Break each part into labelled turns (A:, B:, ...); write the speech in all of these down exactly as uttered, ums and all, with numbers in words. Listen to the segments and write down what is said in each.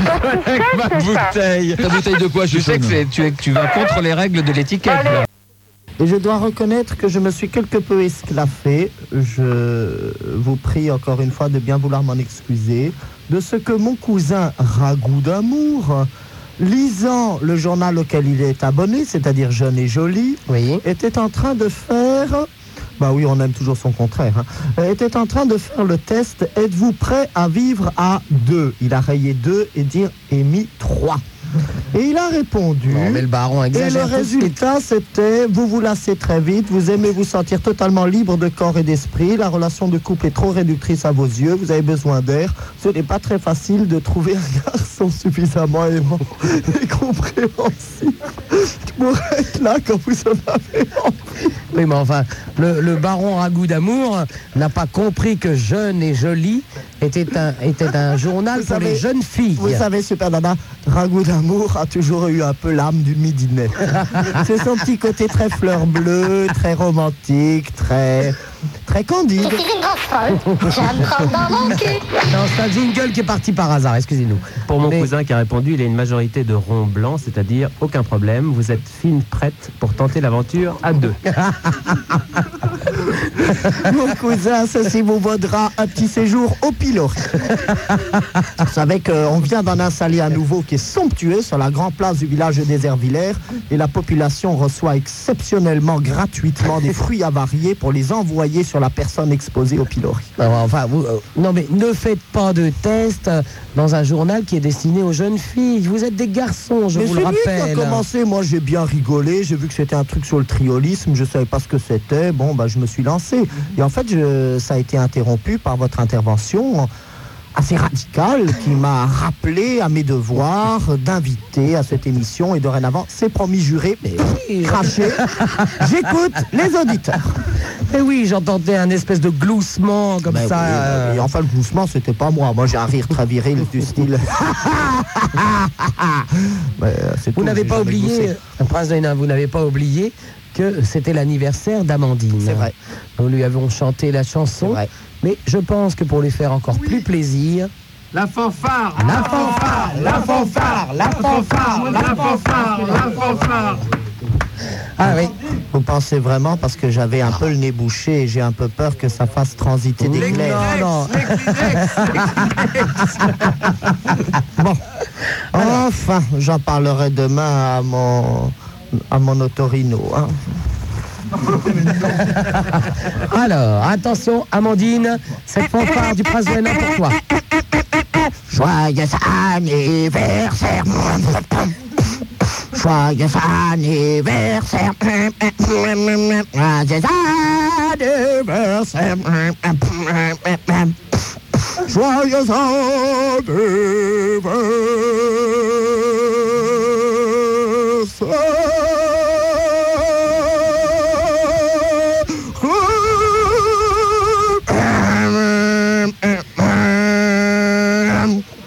A: Avec ma bouteille.
B: Ta bouteille de quoi,
A: Je sais que, c'est, tu, es, que tu vas contre les règles de l'étiquette. Là.
C: Et je dois reconnaître que je me suis quelque peu esclaffé. Je vous prie encore une fois de bien vouloir m'en excuser. De ce que mon cousin Ragout d'amour, lisant le journal auquel il est abonné, c'est-à-dire Jeune et Jolie,
D: Oui.
C: était en train de faire... Bah oui, on aime toujours son contraire. Hein, était en train de faire le test. Êtes-vous prêt à vivre à deux? Il a rayé deux et dire et mis trois. Et il a répondu.
D: Non, mais le baron
C: Et
D: exagère.
C: le
D: tout de suite.
C: résultat, c'était vous vous lassez très vite, vous aimez vous sentir totalement libre de corps et d'esprit, la relation de couple est trop réductrice à vos yeux, vous avez besoin d'air. Ce n'est pas très facile de trouver un garçon suffisamment aimant et compréhensif pour être là quand vous en avez envie.
D: Oui, mais enfin, le, le baron Ragout d'amour n'a pas compris que Jeune et Jolie était un, était un journal
C: Vous
D: pour
C: savez-
D: les jeunes filles.
C: Vous savez, Super Nana, Ragout d'amour a toujours eu un peu l'âme d'une midinette. C'est son petit côté très fleur bleue, très romantique, très, très candide.
E: Je suis une grosse folle. J'aime prendre dans mon cul.
D: Non, c'est un jingle qui est parti par hasard, excusez-nous.
B: Pour mon
D: Mais-
B: cousin qui a répondu, il a une majorité de ronds blancs, c'est-à-dire aucun problème, vous êtes fine prête pour tenter l'aventure à deux.
C: Mon cousin, ceci vous vaudra un petit séjour au pilori. Vous savez qu'on vient d'en installer un nouveau qui est somptueux sur la grande place du village de Déservillers et la population reçoit exceptionnellement gratuitement des fruits avariés pour les envoyer sur la personne exposée au pilori.
D: Non, enfin, vous, euh, non, mais ne faites pas de test euh, dans un journal qui est destiné aux jeunes filles. Vous êtes des garçons, je
C: Mais
D: vous
C: c'est
D: le
C: lui qui a
D: rappelle.
C: commencé, moi j'ai bien rigolé, j'ai vu que c'était un truc sur le triolisme, je savais pas ce que c'était, bon bah je me suis lancé. Et en fait je, ça a été interrompu par votre intervention assez radicale qui m'a rappelé à mes devoirs d'inviter à cette émission et dorénavant c'est promis juré, mais
D: oui.
C: craché, j'écoute les auditeurs.
D: Mais oui, j'entendais un espèce de gloussement comme
C: Ben
D: ça.
C: oui,
D: euh,
C: et enfin le gloussement c'était pas moi, moi j'ai un rire très viril du style. Ben, c'est
D: Vous
C: tout,
D: n'avez
C: j'ai
D: pas
C: jamais
D: oublié,
C: gloussé.
D: euh, Prince de Hénin, vous n'avez pas oublié que c'était l'anniversaire d'Amandine.
C: C'est vrai.
D: Nous lui avons chanté la
C: C'est
D: chanson,
C: vrai.
D: mais je pense que pour lui faire encore plus plaisir,
A: La fanfare,
D: la fanfare, la fanfare, la fanfare,
A: la fanfare, la fanfare.
D: Ah oui.
C: Vous pensez vraiment parce que j'avais un peu le nez bouché et j'ai un peu peur que ça fasse transiter des glaires.
D: Non, non.
C: Bon, enfin, j'en parlerai demain à mon à mon otorino. Hein.
D: Alors, attention, Amandine, cette fanfare du Prince de Hénin pour toi.
C: Joyeux anniversaire. Joyeux anniversaire. Joyeux anniversaire. Joyeux anniversaire.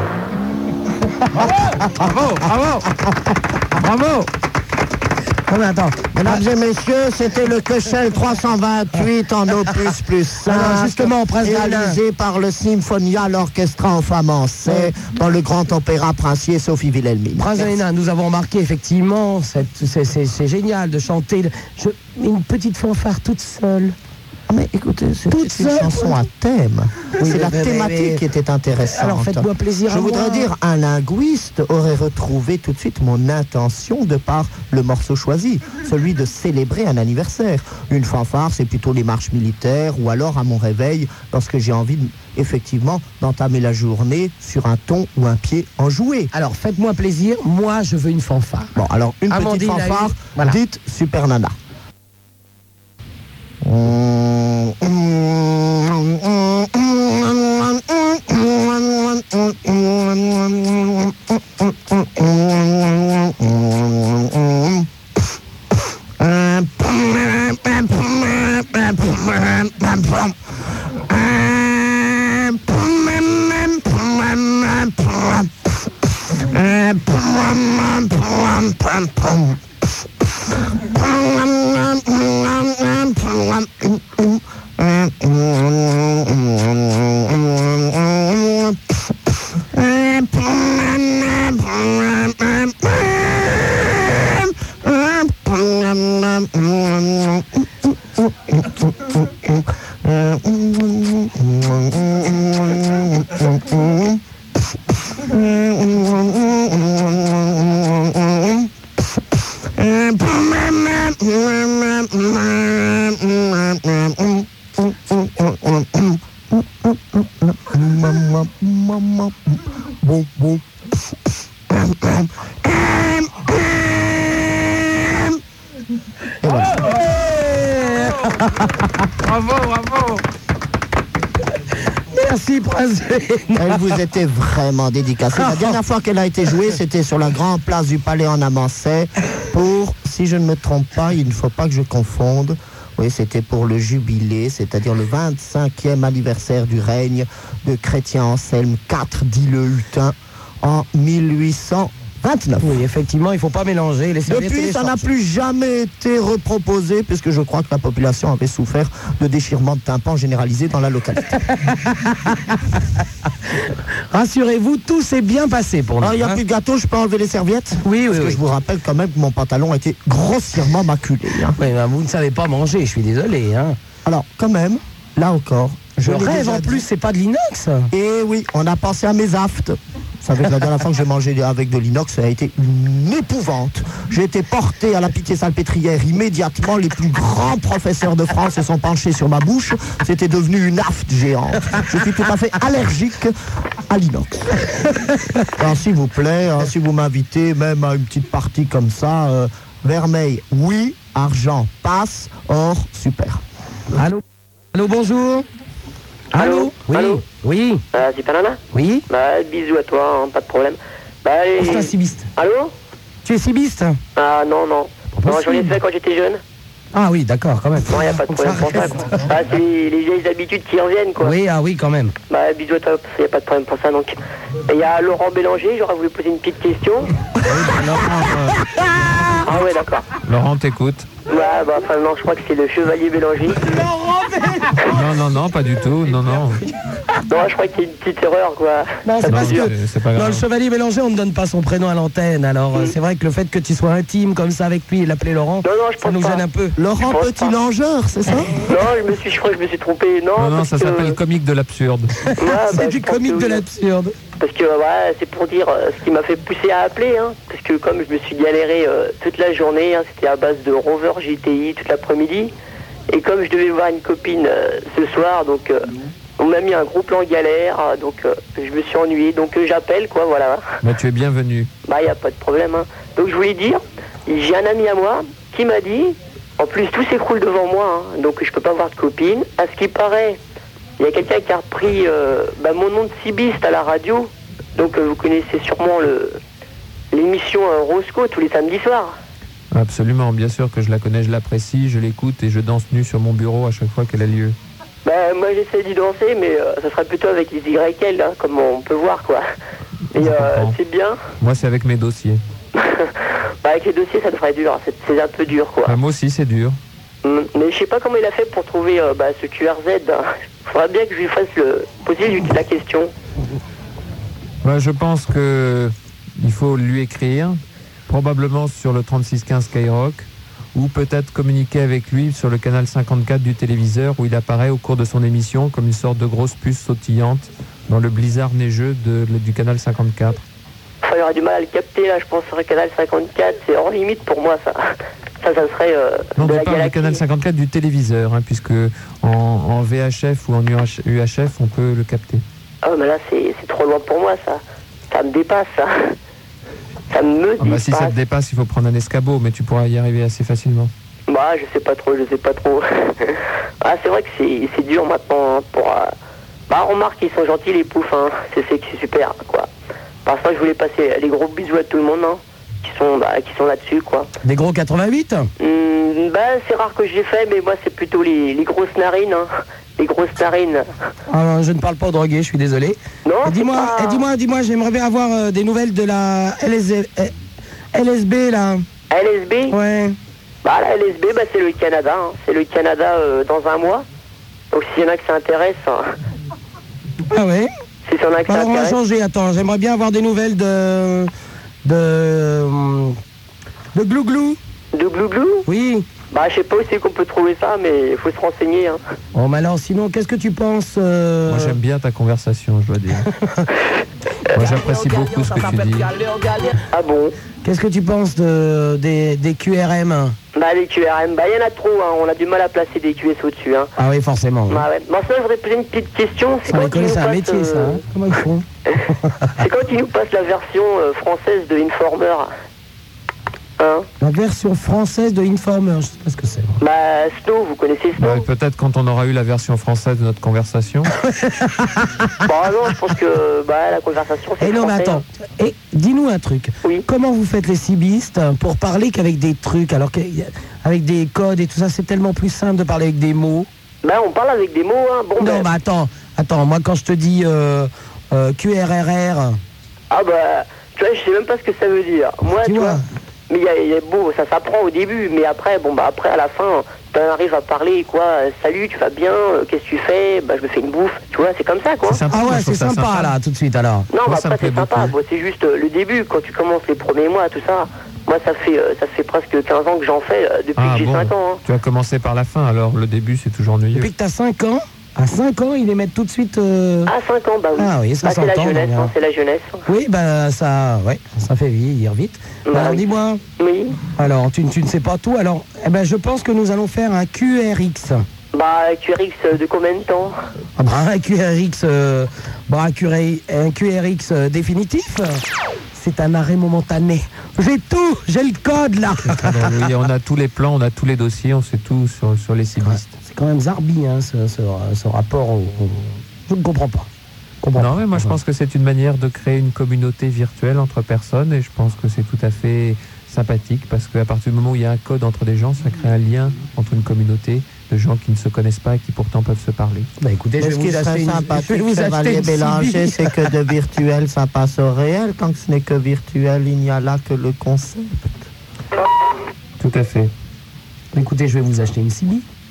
A: Bravo, bravo, bravo.
D: Non, mais attends.
C: Mesdames et messieurs, c'était le Köchel trois cent vingt-huit en opus plus cinq.
D: Alors, justement, Prince de Hénin.
C: réalisé par le Symphonia l'Orchestra en français dans le Grand Opéra Princier Sophie Wilhelmine.
D: Prince de Hénin, nous avons remarqué effectivement, cette- c'est c'est- c'est génial de chanter je- une petite fanfare toute seule.
C: Ah, mais écoutez, c'est
D: Toute
C: une
D: seule.
C: chanson à thème.
D: Oui,
C: c'est la
D: mais- mais-
C: thématique
D: mais-
C: qui était intéressante.
D: Alors faites-moi plaisir
C: Je
D: à
C: voudrais
D: moi.
C: dire, un linguiste aurait retrouvé tout de suite mon intention de par le morceau choisi, celui de célébrer un anniversaire. Une fanfare, c'est plutôt les marches militaires ou alors à mon réveil, lorsque j'ai envie, effectivement, d'entamer la journée sur un ton ou un pied enjoué.
D: Alors faites-moi plaisir, moi je veux une fanfare.
C: Bon, alors une
D: Amandine
C: petite
D: a eu-
C: fanfare,
D: voilà.
C: dite Super Nana. Bon, bon. Et voilà.
A: Bravo, bravo.
D: Merci, Prince.
C: Elle vous était vraiment dédicacée. La dernière fois qu'elle a été jouée, c'était sur la grande place du Palais en Amancet pour, si je ne me trompe pas, il ne faut pas que je confonde, oui, c'était pour le jubilé, c'est-à-dire le vingt-cinquième anniversaire du règne de Chrétien Anselme quatre, dit le Hutin, en mille huit cent vingt-neuf.
D: Oui, effectivement, il ne faut pas mélanger les serviettes et
C: Depuis,
D: les
C: ça n'a
D: shorts.
C: plus jamais été reproposé, puisque je crois que la population avait souffert de déchirements de tympan généralisés dans la localité.
D: Rassurez-vous, tout s'est bien passé pour nous.
C: Ah, il n'y a
D: hein.
C: plus de gâteau, je peux enlever les serviettes?
D: Oui, oui,
C: Parce que
D: oui.
C: je vous rappelle quand même que mon pantalon était grossièrement maculé. Hein.
D: Oui, ben, vous ne savez pas manger, je suis désolé. Hein.
C: Alors, quand même, là encore, je
D: Le
C: l'ai
D: rêve,
C: déjà
D: en
C: dit.
D: plus, c'est pas de l'inox.
C: Et oui, on a pensé à mes aftes. Vous savez que la dernière fois que j'ai mangé avec de l'inox, ça a été une épouvante. J'ai été porté à la Pitié-Salpêtrière immédiatement. Les plus grands professeurs de France se sont penchés sur ma bouche. C'était devenu une afte géante. Je suis tout à fait allergique à l'inox. Alors, s'il vous plaît, hein, si vous m'invitez même à une petite partie comme ça, euh, vermeil, oui, argent, passe, or, super.
D: Allô Allô, bonjour.
F: Allô
D: Oui,
F: Allô
D: oui,
F: Euh, c'est Panana
D: oui.
F: Bah, bisous à toi, hein, pas de problème. Bah,
D: Oh, c'est un
F: allez.
D: cibiste.
F: Allô
D: Tu es cibiste?
F: Ah, non, non.
D: Pas
F: Non, j'en ai
D: possible.
F: fait quand j'étais jeune.
D: Ah oui, d'accord, quand même.
F: Non, y a pas de problème pour ça, quoi. Ah, c'est les, les vieilles habitudes qui reviennent, quoi.
D: Oui, ah oui, quand même.
F: Bah, bisous à toi, parce qu'il y a pas de problème pour ça, donc. Et il y a Laurent Bélanger, j'aurais voulu poser une petite question.
A: Laurent, euh,
F: Ah, ouais, d'accord.
A: Laurent t'écoute.
F: Ouais, bah, enfin, non, je crois que c'est le Chevalier Bélanger.
A: Non, non, non, pas du tout. Non, non.
F: Non, je crois qu'il y a une petite erreur, quoi.
D: Non, c'est
A: Non,
D: parce que
A: c'est- c'est pas
D: dans le
A: grave.
D: Chevalier Bélanger, on ne donne pas son prénom à l'antenne. Alors, euh, c'est vrai que le fait que tu sois intime comme ça avec lui et l'appeler Laurent,
F: Non, non, je
D: ça
F: pense
D: nous
F: pas.
D: gêne un peu.
C: Laurent
F: Je pense
C: Petit
F: pas.
C: Langeur, c'est ça?
F: Non, je me suis, je crois que je me suis trompé. Non,
A: Non, non,
F: parce
A: ça
F: que-
A: s'appelle comique de l'absurde.
F: Ouais, bah,
D: C'est
F: je
D: du
F: pense
D: comique
F: que
D: de
F: oui.
D: l'absurde.
F: Parce que ouais, c'est pour dire euh, ce qui m'a fait pousser à appeler, hein. Parce que comme je me suis galéré euh, toute la journée, hein, c'était à base de Rover G T I toute l'après-midi. Et comme je devais voir une copine euh, ce soir, donc euh, on m'a mis un gros plan galère, euh, donc euh, je me suis ennuyé. Donc euh, j'appelle, quoi, voilà.
A: Bah, tu es bienvenu.
F: Bah, y a pas de problème, hein. Donc je voulais dire, j'ai un ami à moi qui m'a dit, en plus tout s'écroule devant moi, hein, donc je peux pas avoir de copine. À ce qui paraît, il y a quelqu'un qui a repris euh, bah, mon nom de cibiste à la radio. Donc euh, vous connaissez sûrement le l'émission euh, Roscoe tous les samedis soirs.
A: Absolument, bien sûr que je la connais, je l'apprécie, je l'écoute et je danse nu sur mon bureau à chaque fois qu'elle a lieu.
F: Bah, moi j'essaie d'y danser, mais euh, ça sera plutôt avec les Y L, hein, comme on peut voir, quoi. Et
A: Je
F: euh,
A: comprends.
F: c'est bien.
A: Moi, c'est avec mes dossiers.
F: Bah, avec les dossiers, ça devrait être dur. C'est, c'est un peu dur, quoi.
A: Bah, moi aussi, c'est dur.
F: Mm, Mais je sais pas comment il a fait pour trouver euh, bah, ce Q R Z. Hein. Faudrait bien que je lui fasse le, poser lui la question.
A: Bah, je pense que il faut lui écrire, probablement sur le trente-six quinze Skyrock, ou peut-être communiquer avec lui sur le canal cinquante-quatre du téléviseur où il apparaît au cours de son émission comme une sorte de grosse puce sautillante dans le blizzard neigeux de, du canal cinquante-quatre.
F: Enfin, il y aura du mal à le capter, là, je pense, sur le canal cinquante-quatre. C'est hors limite pour moi, ça. Ça, ça serait euh,
A: Non,
F: de
A: je
F: la
A: parle du
F: galaxie.
A: canal cinquante-quatre du téléviseur, hein, puisque en, en V H F ou en U H F, on peut le capter.
F: Ah, mais là, c'est, c'est trop loin pour moi, ça. Ça me dépasse, ça. Ça me
A: Ah bah, si ça
F: dépasse.
A: te dépasse, il faut prendre un escabeau, mais tu pourras y arriver assez facilement.
F: Bah, je sais pas trop, je sais pas trop. Ah, c'est vrai que c'est, c'est dur maintenant hein, pour... euh, Bah, remarque, ils sont gentils, les poufs, hein. C'est, c'est, c'est super, quoi. Par ça, je voulais passer les gros bisous à tout le monde, hein, qui sont, bah, qui sont là-dessus, quoi.
D: Des gros quatre-vingt-huit?
F: Hum, bah, c'est rare que je l'ai fait, mais moi, c'est plutôt les, les grosses narines, hein. Les grosses narines.
D: Ah non, je ne parle pas aux drogués, je suis désolé.
F: Non,
D: Et dis-moi,
F: c'est pas-
D: et dis-moi, dis-moi, j'aimerais bien avoir euh, des nouvelles de la L S B, euh, L S B là.
F: L S B
D: Ouais.
F: Bah, la L S B, bah, c'est le Canada, hein. C'est le Canada euh, dans un mois. Donc, s'il y en a que ça intéresse, hein.
D: Ah ouais.
F: Si ça en a que
D: Bah,
F: ça
D: alors on va
F: intéresse.
D: changer. Attends, j'aimerais bien avoir des nouvelles de de de Glouglou.
F: De Glou Glou
D: Oui.
F: Bah, je sais pas où c'est qu'on peut trouver ça, mais il faut se renseigner. Hein.
D: Bon, mais alors, sinon, qu'est-ce que tu penses euh...
A: Moi, j'aime bien ta conversation, je dois dire. Moi, j'apprécie beaucoup ce que tu dis.
F: Ah bon?
D: Qu'est-ce que tu penses de, des, des Q R M?
F: Bah, les Q R M, bah, il y en a trop, hein. On a du mal à placer des Q S au-dessus. Hein.
D: Ah oui, forcément. Oui.
F: Bah, ouais. Bon, ça, je voudrais poser une petite question. C'est
D: On
F: quand
D: les connaît,
F: ils nous
D: c'est un
F: passent,
D: métier, ça.
F: euh,
D: Hein. Comment ils font?
F: C'est quand ils nous passent la version euh, française de Informer. Hein?
D: La version française de Informer, je sais pas ce que c'est.
F: Bah, Snow, vous connaissez Snow?
A: Ouais, peut-être quand on aura eu la version française de notre conversation.
F: Bah non, je pense que bah, la conversation, c'est
D: Et non, mais
F: français,
D: attends.
F: hein.
D: Et dis-nous un truc.
F: Oui.
D: Comment vous faites les cibistes pour parler qu'avec des trucs, alors qu'avec des codes et tout ça, c'est tellement plus simple de parler avec des mots?
F: Bah, on parle avec des mots, hein. Bon,
D: Non,
F: bah...
D: mais attends, attends, moi quand je te dis euh, euh, Q R R R...
F: Ah bah, tu vois, je sais même pas ce que ça veut dire. Moi,
D: Tu
F: tu, vois,
D: vois.
F: mais y a, y a, bon, ça s'apprend au début, mais après, bon, bah, après, à la fin, t'en arrives à parler, quoi, euh, salut, tu vas bien, euh, qu'est-ce que tu fais? Bah, je me fais une bouffe, tu vois, c'est comme ça, quoi.
A: C'est sympa,
D: Ah
A: moi,
D: ouais,
A: je trouve
D: c'est
A: ça
D: sympa, là, tout de suite, alors.
F: Non,
A: Moi,
F: mais
A: ça me
F: après, c'est
A: plaît
F: sympa,
A: beaucoup.
F: bon, c'est juste euh, le début, quand tu commences les premiers mois, tout ça. Moi, ça fait, euh, ça fait presque quinze ans que j'en fais, euh, depuis
A: Ah
F: que j'ai
A: bon,
F: cinq ans. Hein.
A: tu as commencé par la fin, alors le début, c'est toujours ennuyeux.
D: Depuis que t'as cinq ans, à cinq ans, ils les mettent tout de suite... euh,
F: Ah, cinq ans, bah oui.
D: Ah oui, ça
F: bah, c'est la
D: s'entend,
F: jeunesse,
D: donc,
F: hein,
D: hein.
F: c'est la jeunesse.
D: Oui, bah ça, ouais, ça fait vieillir vite.
F: Bah
D: alors
F: oui.
D: dis-moi,
F: Oui.
D: alors tu, tu ne sais pas tout, alors eh ben, je pense que nous allons faire un Q R X.
F: Bah, Q R X euh, de combien de temps?
D: Ah bah, un Q R X, euh, bah, un, Q R, un Q R X euh, définitif, c'est un arrêt momentané. J'ai tout, j'ai le code là.
A: Ah non, oui, on a tous les plans, on a tous les dossiers, on sait tout sur, sur les cibistes.
D: C'est quand même zarbi, hein, ce, ce, ce rapport. Au, au- Je ne comprends pas. Je comprends
A: Non,
D: pas.
A: mais moi je pense que c'est une manière de créer une communauté virtuelle entre personnes et je pense que c'est tout à fait sympathique parce qu'à partir du moment où il y a un code entre des gens, ça crée un lien entre une communauté de gens qui ne se connaissent pas et qui pourtant peuvent se parler.
D: Bah écoutez, je
C: Mais
D: vais
C: ce qui
D: vous acheter
C: serait
D: une, je vais
C: sympathique,
D: vous acheter
C: Chevalier
D: une
C: Bélanger,
D: C D.
C: c'est que de virtuel, ça passe au réel. Tant que ce n'est que virtuel, il n'y a là que le concept.
A: Tout à fait.
D: Écoutez, je vais vous acheter une C D.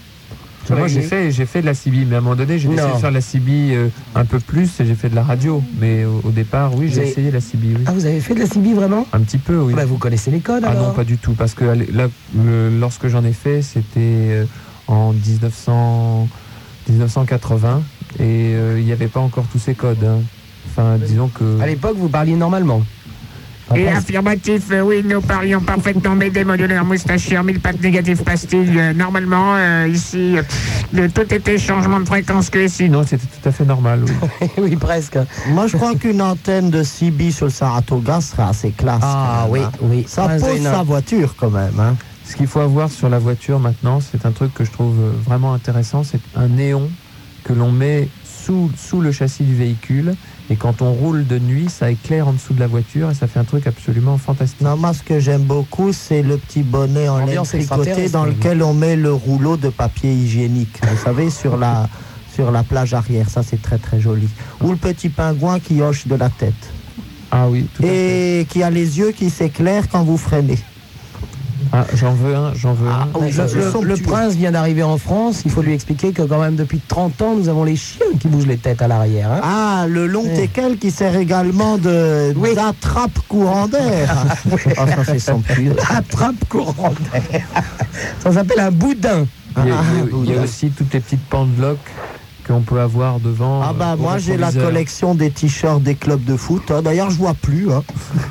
A: Moi j'ai fait, j'ai fait de la C B, mais à un moment donné j'ai essayé
D: Non.
A: de faire de la C B euh, un peu plus et j'ai fait de la radio. Mais au, au départ, oui,
D: Vous
A: j'ai
D: avez-
A: essayé la C B, oui.
D: Ah, vous avez fait de la C D vraiment?
A: Un petit peu, oui.
D: Bah, vous connaissez les codes
A: Ah
D: alors?
A: non, pas du tout, parce que allez, là, le- lorsque j'en ai fait, c'était euh, en dix-neuf cents, dix-neuf cent quatre-vingts et euh, il n'y avait pas encore tous ces codes. hein. Enfin, disons que...
D: À l'époque, vous parliez normalement.
G: Et
D: Après,
G: affirmatif, euh, oui, nous parlions parfaitement B D modulaire moustachir, mille pattes négatives pastilles. Euh, normalement, euh, ici, euh, le tout était changement de fréquence que ici.
A: Non, c'était tout à fait normal, oui.
D: oui, presque.
C: Moi, je crois qu'une antenne de C B sur le Saratoga serait assez classe.
D: Ah
C: quand
D: oui,
C: même, hein.
D: oui.
C: Ça
D: Ouais,
C: pose
D: Zaina.
C: sa voiture quand même. Hein.
A: Ce qu'il faut avoir sur la voiture maintenant, c'est un truc que je trouve euh, vraiment intéressant, c'est un néon que l'on met sous, sous le châssis du véhicule et quand on roule de nuit, ça éclaire en dessous de la voiture et ça fait un truc absolument fantastique.
C: Non, moi, ce que j'aime beaucoup, c'est le petit bonnet en laine
D: Ambiance
C: tricoté
D: extraterrestre,
C: dans
D: oui.
C: lequel on met le rouleau de papier hygiénique. Vous savez, sur la, sur la plage arrière. Ça, c'est très, très joli. Ou le petit pingouin qui hoche de la tête.
A: Ah oui, tout à fait.
C: Et qui a les yeux qui s'éclairent quand vous freinez.
A: Ah, j'en veux un, j'en veux un.
C: oui,
D: Le,
C: ça, c'est
D: le-
C: somptueux.
D: le prince vient d'arriver en France. Il faut lui expliquer que quand même depuis trente ans, nous avons les chiens qui bougent les têtes à l'arrière. hein.
C: Ah, le long
D: Oui.
C: teckel qui sert également de
D: Oui.
C: d'attrape courant d'air. Ah, ça, c'est somptueux.
D: Attrape courant d'air. Ça s'appelle un boudin.
A: Il y a, il y a-
C: Ah,
A: il y a
C: oui.
A: aussi toutes les petites pendeloques qu'on peut avoir devant.
C: Ah bah
A: euh, au
C: moi j'ai la
A: rétroviseur.
C: collection des t-shirts des clubs de foot. hein. D'ailleurs je vois plus. Hein.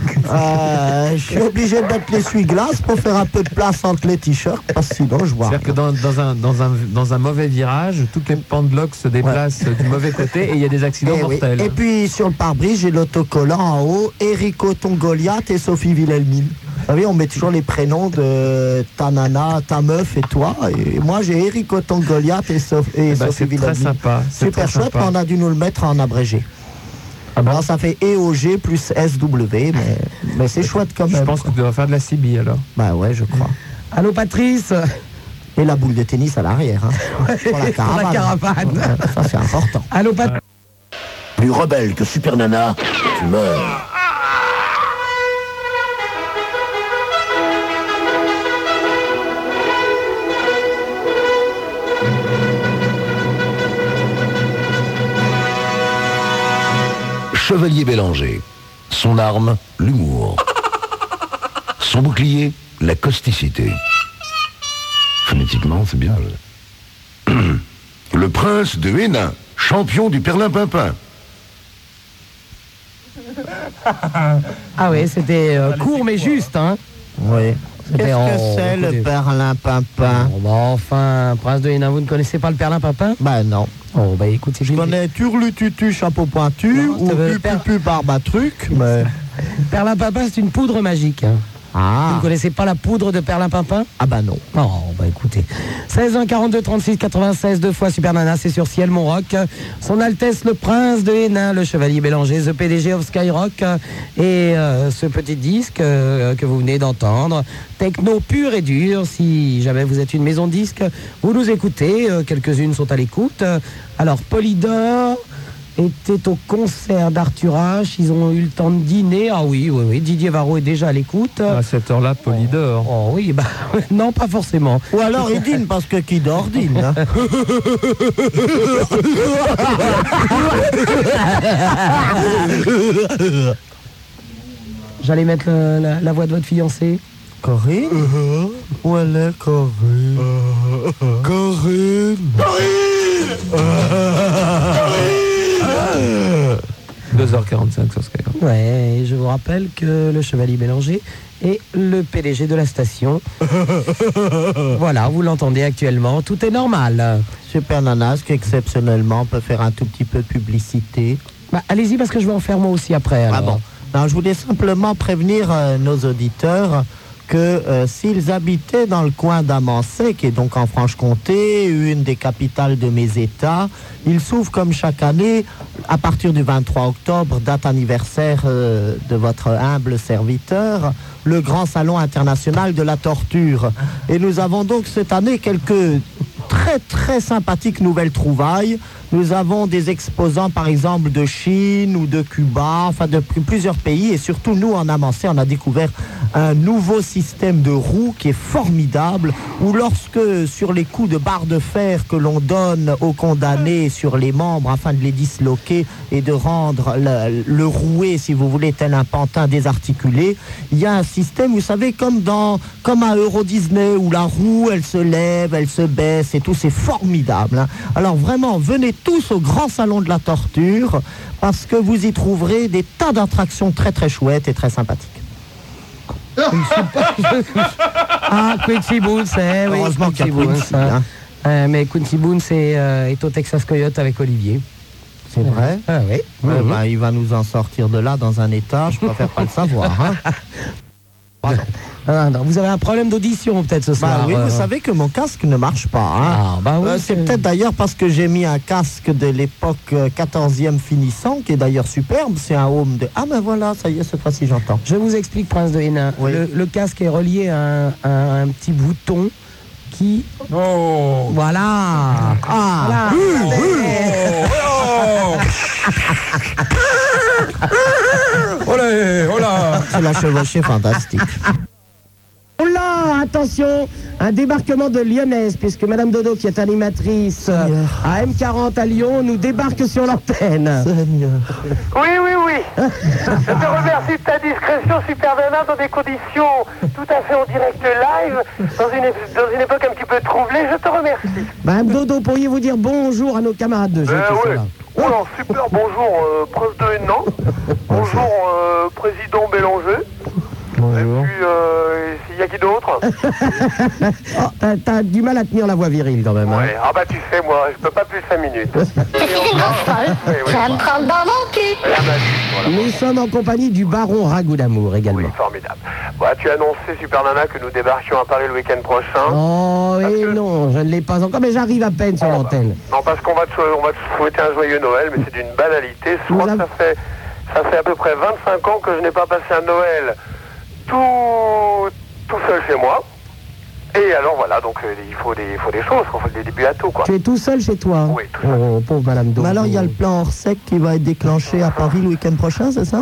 C: Euh, je suis obligé de mettre l'essuie-glace pour faire un peu de place entre les t-shirts parce que sinon je vois.
A: C'est-à-dire que dans, dans un, dans, un, dans un mauvais virage, toutes les pendeloques se déplacent du mauvais côté et il y a des accidents
C: Et, oui.
A: mortels.
C: Et puis sur le pare-brise j'ai l'autocollant en haut, Eric Othon Goliath et Sophie Wilhelmine. Vous savez, on met toujours les prénoms de ta nana, ta meuf et toi. Et moi j'ai Eric Othon Goliath et, Sof- et
A: Eh ben,
C: Sophie
A: c'est très
C: Wilhelmine.
A: sympa. c'est
C: Super
A: très
C: chouette, mais
A: sympa.
C: on a dû nous le mettre en abrégé.
A: Ah bon
C: Alors ça fait E O G plus S W, mais, mais c'est chouette quand
A: Je
C: même.
A: pense que tu devrais faire de la C B alors.
C: Bah ouais, je crois.
D: Allô, Patrice.
C: Et la boule de tennis à l'arrière, hein, pour la
D: Pour
C: caravane.
D: la caravane.
C: Ouais, ça c'est important.
D: Allô, Patrice.
H: Plus rebelle que Super Nana, tu meurs. Chevalier Bélanger. Son arme, l'humour. Son bouclier, la causticité.
I: Phonétiquement, c'est bien. Le prince de Hénin, champion du Perlimpinpin.
D: Ah oui, c'était euh, court mais juste, hein.
C: Oui.
D: C'était
C: Qu'est-ce
D: en-
C: que c'est le
D: écoutez.
C: perlimpinpin?
D: Bon, bah, enfin, prince de Hénin, vous ne connaissez pas le perlimpinpin?
C: Ben non.
D: Oh, bah écoute, c'est
C: Je connais Turlututu, chapeau pointu,
D: Non,
C: ou
D: ça veut
C: Pupupu, barbe à truc, mais...
D: Perlimpinpin, c'est une poudre magique. Hein. Vous
C: Ah,
D: ne connaissez pas la poudre de perlimpinpin?
C: ah bah non.
D: Oh, bah écoutez. seize un quarante-deux trente-six quatre-vingt-seize, deux fois Super Nana, c'est sur Ciel Montroc. Son Altesse le Prince de Hénin, le Chevalier Bélanger, The P D G of Skyrock. Et euh, ce petit disque euh, que vous venez d'entendre, techno pur et dur. Si jamais vous êtes une maison de disques, vous nous écoutez. euh, Quelques-unes sont à l'écoute. Alors, Polydor était au concert d'Arthur H. Ils ont eu le temps de dîner. Ah oui, oui, oui. Didier Varro est déjà à l'écoute.
A: À cette heure-là, Polydor.
D: Oh oui, bah non, pas forcément.
C: Ou alors il dîne, parce que qui dort dîne. Hein.
D: J'allais mettre le- la, la voix de votre fiancée.
C: Corinne Où elle est, Corinne Corinne
A: deux heures quarante-cinq sur Skyrock.
D: Ouais, et je vous rappelle que le Chevalier Bélanger est le P D G de la station. Voilà, vous l'entendez actuellement, tout est normal.
C: Super Nana, est-ce qu'exceptionnellement on peut faire un tout petit peu de publicité?
D: Bah, allez-y parce que je vais en faire moi aussi après.
C: Ah
D: alors.
C: bon. Non, je voulais simplement prévenir euh, nos auditeurs que euh, s'ils habitaient dans le coin d'Amancé, qui est donc en Franche-Comté, une des capitales de mes États, ils s'ouvrent comme chaque année, à partir du vingt-trois octobre, date anniversaire euh, de votre humble serviteur, le Grand Salon International de la Torture. Et nous avons donc cette année quelques très très sympathiques nouvelles trouvailles. Nous avons des exposants par exemple de Chine ou de Cuba, enfin de pl- plusieurs pays, et surtout nous en Amancé, on a découvert un nouveau système de roues qui est formidable, où lorsque sur les coups de barre de fer que l'on donne aux condamnés sur les membres afin de les disloquer et de rendre le, le rouet, si vous voulez, tel un pantin désarticulé, il y a un système, vous savez, comme dans comme à Euro Disney, où la roue elle se lève, elle se baisse et tout, c'est formidable, hein. Alors vraiment, venez tous au Grand Salon de la Torture, parce que vous y trouverez des tas d'attractions très très chouettes et très sympathiques.
D: Ah, Quincy Boone, c'est oui.
C: Heureusement qu'il y a
D: Boone,
C: Quincy,
D: ça.
C: hein.
D: Euh, mais Quincy Boone c'est, euh, est au Texas Coyote avec Olivier.
C: C'est vrai.
D: Ah oui.
C: Eh
D: Mhm.
C: ben, il va nous en sortir de là dans un état, je préfère pas le savoir. Hein. Pardon.
D: Ah, non, vous avez un problème d'audition peut-être ce soir.
C: Bah oui,
D: euh.
C: vous savez que mon casque ne marche pas. Hein.
D: Ah, bah oui,
C: Euh, c'est peut-être d'ailleurs parce que j'ai mis un casque de l'époque euh, quatorzième finissant, qui est d'ailleurs superbe. C'est un home de... Ah ben voilà, ça y est, cette fois-ci j'entends.
D: Je vous explique, Prince de Hénin.
C: Oui.
D: Le, le casque est relié à un, à un petit bouton qui...
A: Oh
D: Voilà.
C: Ah
D: Voilà.
A: Olé, olá.
C: C'est la chevauchée fantastique.
D: Oh là, attention, un débarquement de Lyonnaise, puisque Madame Dodo, qui est animatrice euh,
C: Seigneur.
D: à M quarante à Lyon, nous débarque sur l'antenne.
C: Seigneur.
F: Oui, oui, oui. Je te remercie de ta discrétion, Super Nana, dans des conditions tout à fait en direct live, dans une, é- dans une époque un petit peu troublée. Je te remercie.
D: Madame Dodo, pourriez-vous dire bonjour à nos camarades de jeu
F: Euh,
D: qui sont
F: oui.
D: là?
F: Oh là, super, bonjour, euh, Prince de Hénin. Bonjour, euh, Président Bélanger.
A: Bonjour.
F: Et puis, euh, il y a qui d'autre?
D: Oh, t'as, t'as du mal à tenir la voix virile quand même. hein.
F: Ouais, ah bah tu sais, moi, je peux pas plus de cinq minutes.
E: C'est une grosse folle.
F: Oui, oui.
E: Je vais me prendre dans mon cul.
F: La magie, voilà.
D: Nous sommes en compagnie du baron Ragout d'Amour également.
F: Oui, formidable. Bah, tu as annoncé, Super Nana, que nous débarquions à Paris le week-end prochain.
D: Oh,
F: Parce
D: et
F: que-
D: non, je ne l'ai pas encore, mais j'arrive à peine sur
F: Oh, bah.
D: l'antenne.
F: Non, parce qu'on va te, on va te souhaiter un joyeux Noël, mais c'est d'une banalité. Je
D: Nous
F: crois que
D: avons-
F: ça fait, ça fait à peu près vingt-cinq ans que je n'ai pas passé un Noël tout, tout seul chez moi. Et alors voilà, donc euh, il faut des, il faut des choses, il faut des débuts à tout, quoi.
D: Tu es tout seul chez toi?
F: Oui, tout seul.
D: Oh, pauvre Madame Dodo.
C: Mais alors il y a le plan hors sec qui va être déclenché à Paris le week-end prochain, c'est ça?
F: Ouais.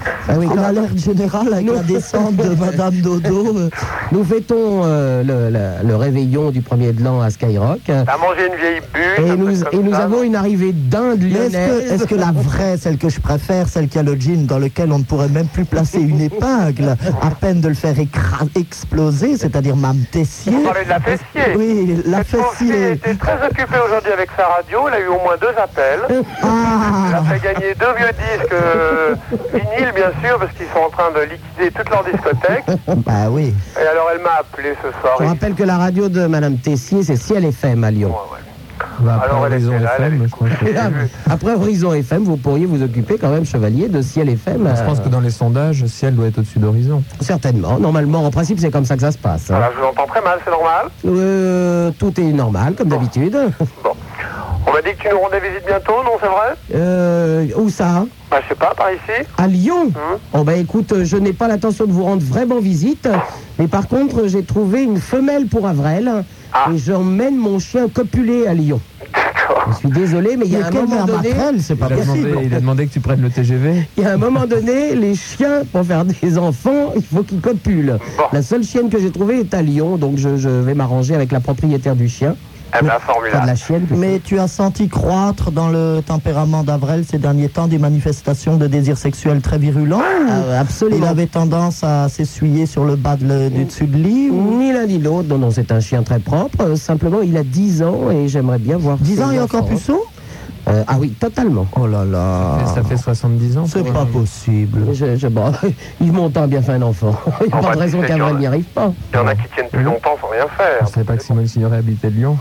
C: Ah oui, comme l'alerte générale avec la descente de Madame Dodo. euh,
D: Nous fêtons euh, le, le- le réveillon du premier de l'an à Skyrock.
J: T'as mangé une vieille bulle.
D: Et
J: un
D: nous,
J: truc comme
D: et nous
J: ça,
D: avons
J: non
D: une arrivée d'Inde
C: Mais est-ce
D: lyonnaise.
C: que, est-ce que la vraie, celle que je préfère, celle qui a le jean dans lequel on ne pourrait même plus placer une épingle, à peine de le faire écra- exploser, c'est-à-dire Mme Tessier.
J: On parlait de la fessier.
C: Oui, la
J: Cette pauvre fille
C: fessier.
J: était très occupée aujourd'hui avec sa radio. Elle a eu au moins deux appels. Elle a
C: Ah,
J: fait gagner deux vieux disques euh, vinyles, bien sûr, parce qu'ils sont en train de liquider toute leur discothèque.
C: bah oui.
J: Et alors, elle m'a appelé ce soir.
D: Je
J: Et-
D: rappelle que la radio de Madame Tessier, c'est Ciel F M à Lyon.
J: Ouais, ouais.
A: Bah, après
J: Alors, elle
A: Horizon
J: était là, elle
A: F M,
J: avait
A: je pense que-
D: Et là, après Horizon F M, vous pourriez vous occuper quand même, Chevalier, de Ciel F M.
A: Je pense que dans les sondages, Ciel doit être au-dessus d'Horizon.
D: Certainement. Normalement, en principe, c'est comme ça que ça se passe. hein.
J: Voilà, je vous entends très mal, c'est normal.
D: Euh, tout est normal, comme d'habitude.
J: Bon. On m'a dit que tu nous rendais visite bientôt, non, c'est vrai?
D: Euh, où ça?
J: Bah, je sais pas, par ici.
D: À Lyon.
J: Hum.
D: Oh bah écoute, euh, je n'ai pas l'intention de vous rendre vraiment visite, mais par contre, j'ai trouvé une femelle pour Avril
J: Ah.
D: et j'emmène mon chien copuler à Lyon.
J: D'accord.
D: Je suis désolé, mais il y
C: Mais
D: a un
C: quelle
D: moment
C: mère
D: donné,
C: matrelle, c'est pas
A: Il a, demandé,
C: possible.
A: il a demandé que tu prennes le T G V.
D: il y a un moment donné, les chiens, pour faire des enfants, il faut qu'ils copulent.
J: Bon.
D: La seule chienne que j'ai trouvée est à Lyon, donc je, je vais m'arranger avec la propriétaire du chien,
J: Eh ben,
D: pas de
J: formidable.
D: la chienne. plutôt.
C: Mais tu as senti croître dans le tempérament d'Avril ces derniers temps des manifestations de désir sexuel très virulents ou
D: Ah, absolument.
C: il avait tendance à s'essuyer sur le bas de le- du dessus de lit ou...
D: Ni l'un ni l'autre, non, non, c'est un chien très propre. Euh, simplement, il a dix ans et j'aimerais bien voir.
C: dix
D: ses
C: ans et encore
D: enfants.
C: puceau?
D: Euh, Ah oui, totalement.
C: Oh là là.
A: Et ça fait soixante-dix ans.
C: C'est
A: pour
C: pas
A: un-
C: possible.
D: Je, je, bon, Yves Montand a bien fait un enfant. Il n'y a
J: Oh,
D: pas
J: bah,
D: de raison
J: tu sais qu'il y en
D: qu'Avril
J: a.
D: n'y arrive pas.
J: Il y en a qui tiennent plus longtemps sans rien
A: Je
J: faire.
A: savais pas que Simone Signoret habitait Lyon.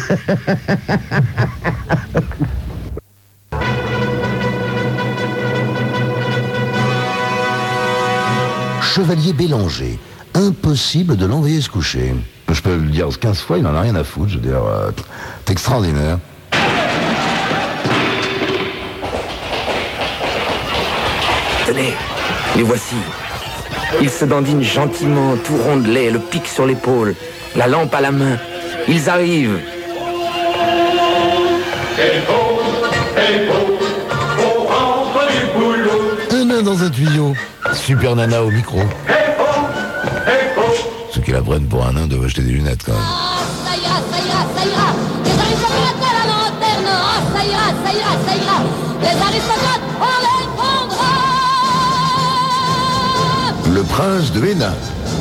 H: Chevalier Bélanger. Impossible de l'envoyer se coucher.
I: Je peux le dire quinze fois, il en a rien à foutre. Je veux dire, euh, c'est extraordinaire.
K: Tenez, les voici. Ils se dandinent gentiment, tout rondelés, le pic sur l'épaule, la lampe à la main. Ils arrivent.
H: Un nain dans un tuyau. Super Nana au micro. Ceux qui la prennent pour un nain doivent acheter des lunettes quand même.
E: Ça ira, ça ira, ça ira. Les aristocrates à la lanterne. Ah, ça ira, ça ira, ça ira. Les aristocrates, on les prendra.
H: Le prince de Hénin.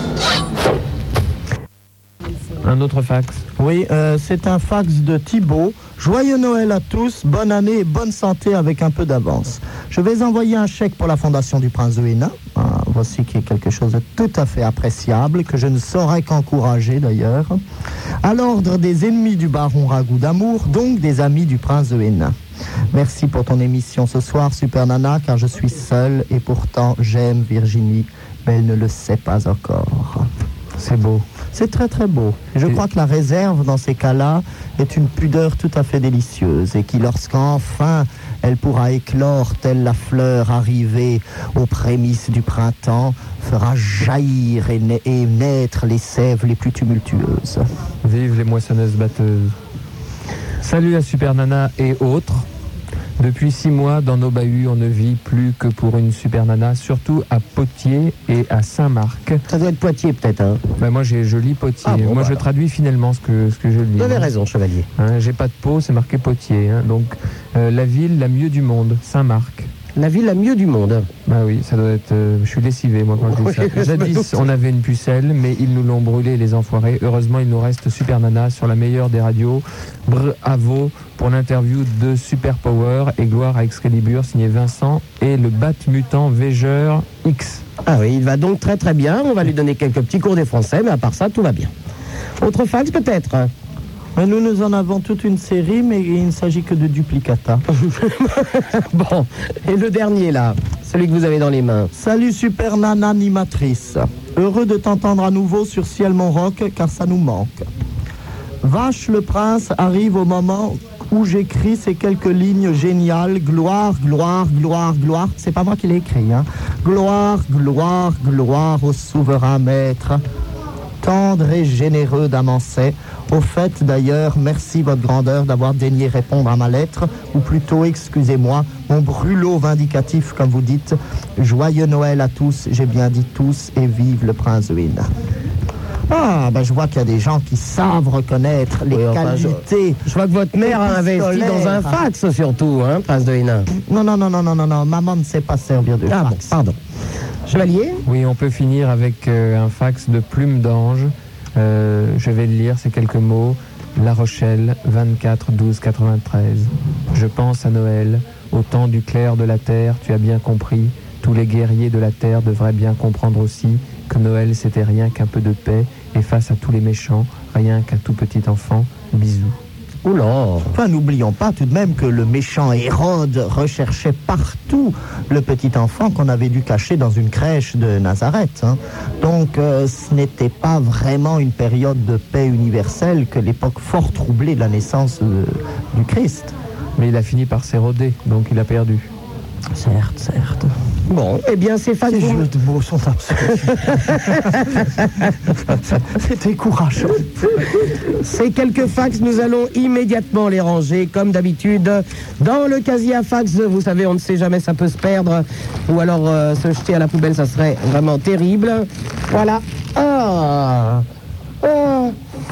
A: Un autre fax.
C: Oui, euh, c'est un fax de Thibaut. Joyeux Noël à tous, bonne année et bonne santé avec un peu d'avance. Je vais envoyer un chèque pour la Fondation du Prince de Hénin. Ah, voici qui est quelque chose de tout à fait appréciable, que je ne saurais qu'encourager d'ailleurs. À l'ordre des ennemis du baron Ragout d'Amour, donc des amis du Prince de Hénin. Merci pour ton émission ce soir, Super Nana, car je suis seul et pourtant j'aime Virginie, mais elle ne le sait pas encore.
A: C'est beau.
C: C'est très très beau. Je crois que la réserve dans ces cas-là est une pudeur tout à fait délicieuse et qui, lorsqu'enfin elle pourra éclore telle la fleur arrivée aux prémices du printemps, fera jaillir et, na- et naître les sèves les plus tumultueuses.
A: Vive les moissonneuses batteuses. Salut à Super Nana et autres. Depuis six mois, dans nos bahuts, on ne vit plus que pour une Super Nana, surtout à Potier et à Saint-Marc.
D: Ça doit être Poitiers peut-être. Hein.
A: Ben moi, j'ai, je lis Potier.
D: Ah bon,
A: moi,
D: bah
A: je
D: alors.
A: traduis finalement ce que, ce que je lis.
D: Vous avez
A: hein.
D: raison, Chevalier.
A: Hein, j'ai pas de peau, c'est marqué Potier. hein. Donc, euh, la ville la mieux du monde, Saint-Marc.
D: La ville la mieux du monde.
A: Bah oui, ça doit être... euh, je suis lessivé, moi, quand je dis
D: Oui,
A: ça.
D: je me
A: Jadis,
D: doute.
A: on avait une pucelle, mais ils nous l'ont brûlée, les enfoirés. Heureusement, il nous reste Super Nana sur la meilleure des radios. Bravo pour l'interview de Super Power et gloire à Excalibur, signé Vincent, et le Bat Mutant Végeur X.
D: Ah oui, il va donc très très bien. On va lui donner quelques petits cours des français, mais à part ça, tout va bien. Autre fax peut-être.
C: Mais nous, nous en avons toute une série, mais il ne s'agit que de duplicata.
D: Bon, et le dernier là, celui que vous avez dans les mains.
C: Salut Super Nana animatrice. Heureux de t'entendre à nouveau sur Ciel Mon Rock, car ça nous manque. Vache le Prince arrive au moment où j'écris ces quelques lignes géniales. Gloire, gloire, gloire, gloire. C'est pas moi qui l'ai écrit, hein. Gloire, gloire, gloire au souverain maître. tendre et généreux d'Amancet. Au fait, d'ailleurs, merci votre grandeur d'avoir daigné répondre à ma lettre, ou plutôt, excusez-moi, mon brûlot vindicatif, comme vous dites. Joyeux Noël à tous, j'ai bien dit tous, et vive le prince Win. Ah, ben je vois qu'il y a des gens qui savent reconnaître les
D: Oui, enfin,
C: qualités.
D: Je, je vois que votre mère a investi dans un fax, surtout, hein, prince de Hénin.
C: Non, non, non, non, non, non, non, maman ne sait pas servir de
D: ah,
C: fax.
D: Bon, pardon. Chevalier ?
A: Oui, on peut finir avec euh, un fax de Plume d'Ange. Euh, je vais le lire, ces quelques mots. La Rochelle, vingt-quatre douze quatre-vingt-treize. Je pense à Noël, au temps du clair de la terre, tu as bien compris. Tous les guerriers de la terre devraient bien comprendre aussi que Noël, c'était rien qu'un peu de paix, et face à tous les méchants, rien qu'un tout petit enfant. Bisous.
C: Oula. Enfin, n'oublions pas tout de même que le méchant Hérode recherchait partout le petit enfant qu'on avait dû cacher dans une crèche de Nazareth. Hein. Donc, euh, ce n'était pas vraiment une période de paix universelle que l'époque fort troublée de la naissance de, du Christ.
A: Mais il a fini par s'éroder, donc il a perdu.
C: Certes, certes.
D: Bon, eh bien, ces fax...
C: Ces jeux de mots sont absurdes. C'est décourageant.
D: Ces quelques fax, nous allons immédiatement les ranger, comme d'habitude, dans le casier à fax. Vous savez, on ne sait jamais, ça peut se perdre. Ou alors euh, se jeter à la poubelle, ça serait vraiment terrible. Voilà. Ah. Ah.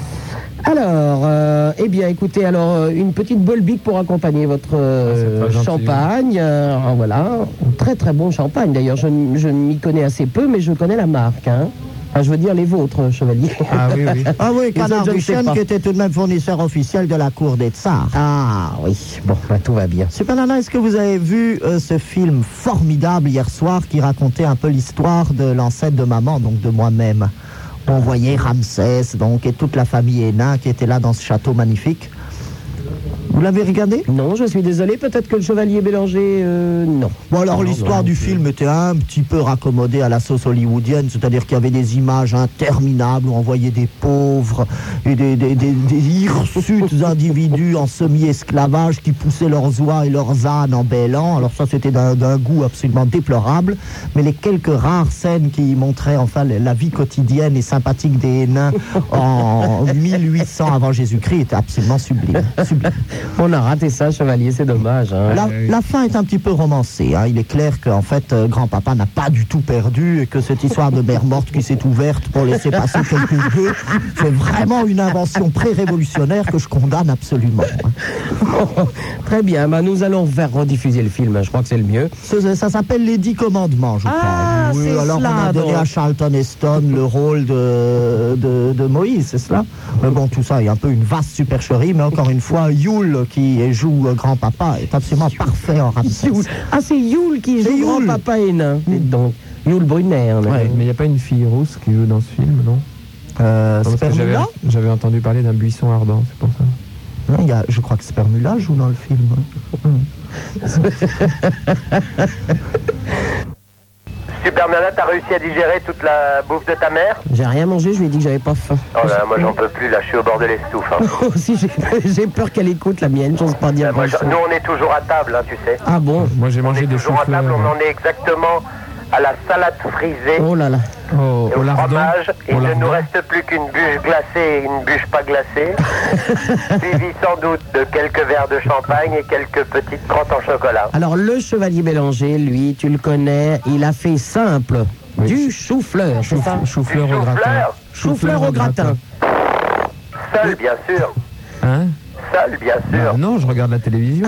D: Alors, euh, eh bien, écoutez, alors, euh, une petite bolbique pour accompagner votre euh,
A: Ah,
D: champagne. Euh, voilà, très très bon champagne. D'ailleurs, je, n- je m'y connais assez peu, mais je connais la marque. Hein. Enfin, je veux dire les vôtres, chevalier.
A: Ah oui, oui.
C: Ah oui,
D: Les
C: Canard
D: autres, je ne sais
C: Duchesne,
D: pas.
C: qui était tout de même fournisseur officiel de la cour des Tsars.
D: Ah oui, bon, bah, tout va bien.
C: Super Nana, est-ce que vous avez vu euh, ce film formidable hier soir qui racontait un peu l'histoire de l'ancêtre de maman, donc de moi-même? On voyait Ramsès, donc, et toute la famille Hénin qui était là dans ce château magnifique. Vous l'avez regardé?
D: Non, je suis désolé, peut-être que le chevalier Bélanger, euh, non.
C: Bon, alors
D: Non,
C: l'histoire
D: non,
C: du
D: non.
C: film était un petit peu raccommodée à la sauce hollywoodienne, c'est-à-dire qu'il y avait des images interminables où on voyait des pauvres et des, des, des, des hirsutes individus en semi-esclavage qui poussaient leurs oies et leurs ânes en bêlant. Alors ça, c'était d'un, d'un goût absolument déplorable, mais les quelques rares scènes qui montraient enfin la vie quotidienne et sympathique des Hénins en mille huit cents avant Jésus-Christ étaient absolument sublimes. sublimes.
D: On a raté ça, chevalier, c'est dommage. Hein.
C: La, la fin est un petit peu romancée. Hein. Il est clair qu'en fait, euh, grand-papa n'a pas du tout perdu et que cette histoire de mer morte qui s'est ouverte pour laisser passer quelques gueux, c'est vraiment une invention pré-révolutionnaire que je condamne absolument. Hein.
D: Très bien, bah, nous allons faire rediffuser le film, je crois que c'est le mieux.
C: Ça, ça s'appelle Les Dix Commandements, je crois.
D: Ah,
C: oui,
D: c'est
C: alors
D: cela,
C: on a donné
D: donc.
C: à Charlton Heston le rôle de, de, de Moïse, c'est cela? Mais bon, tout ça est un peu une vaste supercherie, mais encore une fois, Yule, qui joue euh, grand-papa, est absolument parfait en Ramsès.
D: Yule. Ah, c'est Yule qui
C: C'est
D: joue
C: Yule.
D: grand-papa Hénin. Dites donc, Yule Brunner. là.
A: Ouais, mais il n'y a pas une fille rousse qui joue dans ce film, non?
C: Euh,
A: Non, parce que j'avais,
C: Spermula?
A: j'avais entendu parler d'un buisson ardent, c'est pour ça.
C: Non, il y a, je crois que Spermula joue dans le film.
J: Super Nana, t'as réussi à digérer toute la bouffe de ta mère?
D: J'ai rien mangé, je lui ai dit que j'avais pas faim.
J: Oh là, moi j'en peux plus, là, je suis au bord de l'estouffe. Hein.
D: Aussi, j'ai, j'ai peur qu'elle écoute la mienne, j'ose pas dire
J: Moi, je-
D: grand-chose.
J: nous, on est toujours à table, hein, tu sais.
D: Ah bon?
A: Moi, j'ai
J: On
A: mangé
J: est
A: des
J: toujours à
A: choux-fleurs.
J: table, on en est exactement à la salade frisée
D: Oh là là.
A: Au,
J: et
A: au
J: au
A: lardon.
J: fromage. Il
A: Au
J: ne
A: lardon.
J: nous reste plus qu'une bûche glacée et une bûche pas glacée. Suivi sans doute de quelques verres de champagne et quelques petites crottes en chocolat.
D: Alors, le chevalier Bélanger, lui, tu le connais, il a fait simple.
A: Oui.
D: Du chou-fleur, c'est ça?
A: Chou-fleur
J: Du
A: au gratin.
J: chou-fleur
D: Chou-fleur au gratin.
J: Seul, bien sûr.
A: Hein?
J: Seul, bien sûr.
A: Bah non, je regarde la télévision.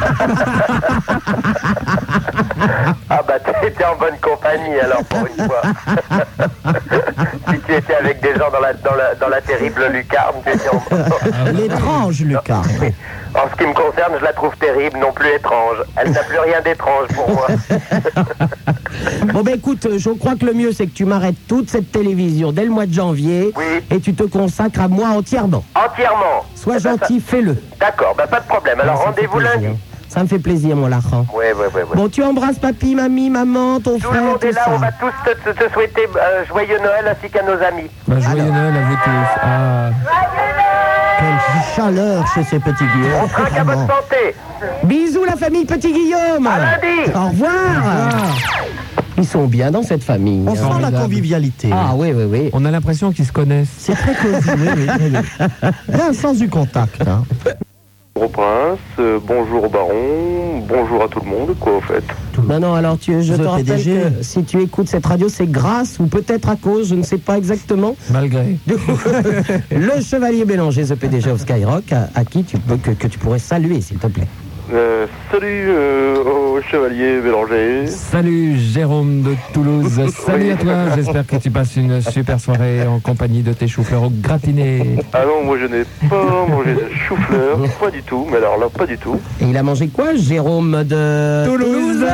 J: Ah bah t'étais en bonne compagnie alors pour une fois. Si tu étais avec des gens dans la, dans la, dans la terrible lucarne, tu étais en...
C: L'étrange Lucas.
J: En ce qui me concerne, je la trouve terrible, non plus étrange. Elle n'a plus rien d'étrange pour moi.
D: Bon, ben écoute, je crois que le mieux, c'est que tu m'arrêtes toute cette télévision dès le mois de janvier.
J: Oui.
D: Et tu te consacres à moi entièrement.
J: Entièrement.
D: Sois
J: Eh ben,
D: gentil, fais-le.
J: ça- D'accord, bah pas de problème. Alors
D: Ça me fait
J: rendez-vous
D: plaisir.
J: lundi.
D: Ça me fait plaisir, mon larron.
J: Oui, oui, oui. oui.
D: Bon, tu embrasses papy, mamie, maman, ton
J: Tout le
D: frère,
J: monde
D: tout
J: est là,
D: ça.
J: on va tous te, te- te souhaiter euh, joyeux Noël ainsi qu'à nos amis.
A: Bah, joyeux Noël à vous tous. Ah,
C: Quelle chaleur chez ces petits
J: On
C: Guillaume.
J: trinque à votre
C: Vraiment.
J: santé.
D: Bisous, la famille Petit Guillaume.
J: À lundi.
D: Au revoir. Ils sont bien dans cette famille.
C: On sent la convivialité.
D: Ah oui, oui, oui.
A: On a l'impression qu'ils se connaissent.
C: C'est très cosy, oui, oui, oui, oui. Il y a un sens du contact. Hein.
J: Bonjour Prince, euh, bonjour Baron, bonjour à tout le monde, quoi, en fait.
D: Non, non, alors tu, je
C: The
D: te rappelle
C: P D G.
D: que si tu écoutes cette radio, c'est grâce ou peut-être à cause, je ne sais pas exactement,
A: Malgré.
D: de le Chevalier Bélanger, The P D G of Skyrock, à, à qui tu peux, que, que tu pourrais saluer, s'il te plaît.
J: Euh, salut euh, au Chevalier Bélanger.
A: Salut Jérôme de Toulouse. Salut à toi. J'espère que tu passes une super soirée en compagnie de tes choux-fleurs au gratiné.
J: Ah non, moi je n'ai pas mangé de chou-fleur, pas du tout, mais alors là, pas du tout.
D: Et il a mangé quoi, Jérôme de
A: Toulouse.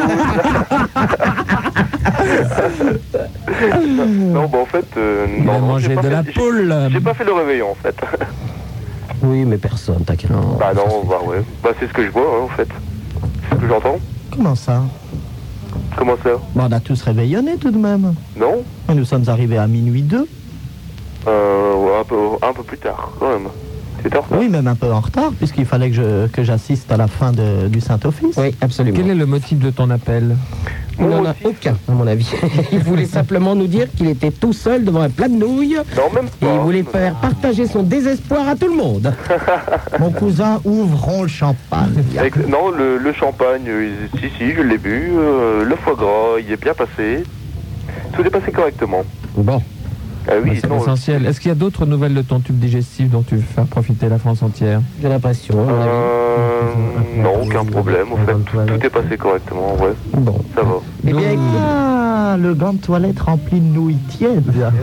J: Non, bah en fait, euh,
A: Il
J: non,
A: a
J: non,
A: mangé
J: j'ai pas
A: de
J: fait-
A: la
J: j'ai-
A: poule.
J: J'ai pas fait le réveillon, en fait.
D: Oui, mais personne, t'inquiète.
J: Bah non, bah ouais. Bah c'est ce que je vois, hein, en fait. C'est ce que j'entends.
C: Comment ça?
J: Comment ça?
C: Bon, on a tous réveillonné tout de même.
J: Non?
C: Et nous sommes arrivés à minuit deux.
J: Euh, ouais, un peu, un peu plus tard, quand même. C'est tard, ça?
C: Oui, même un peu en retard, puisqu'il fallait que je- que j'assiste à la fin de- du Saint-Office.
D: Oui, absolument.
A: Quel est le motif de ton appel?
D: Il n'en a aucun, à mon avis. Il voulait simplement nous dire qu'il était tout seul devant un plat de nouilles.
J: Non, même
D: Et
J: pas.
D: il voulait faire partager son désespoir à tout le monde.
C: Mon cousin, ouvrons le champagne.
J: Ex- Non, le, le champagne, euh, si, si, je l'ai bu. euh, le foie gras, il est bien passé. Tout est passé correctement.
D: Bon.
J: Ah oui,
A: C'est
J: non,
A: essentiel. Est-ce qu'il y a d'autres nouvelles de ton tube digestif dont tu veux faire profiter la France entière?
D: J'ai l'impression, à mon avis.
J: euh, non, aucun problème, en fait. Tout est passé correctement, ouais.
D: Bon.
J: Ça va.
D: Eh bien, écoute,
C: Ah, le gant de toilette rempli de nouilles tièdes.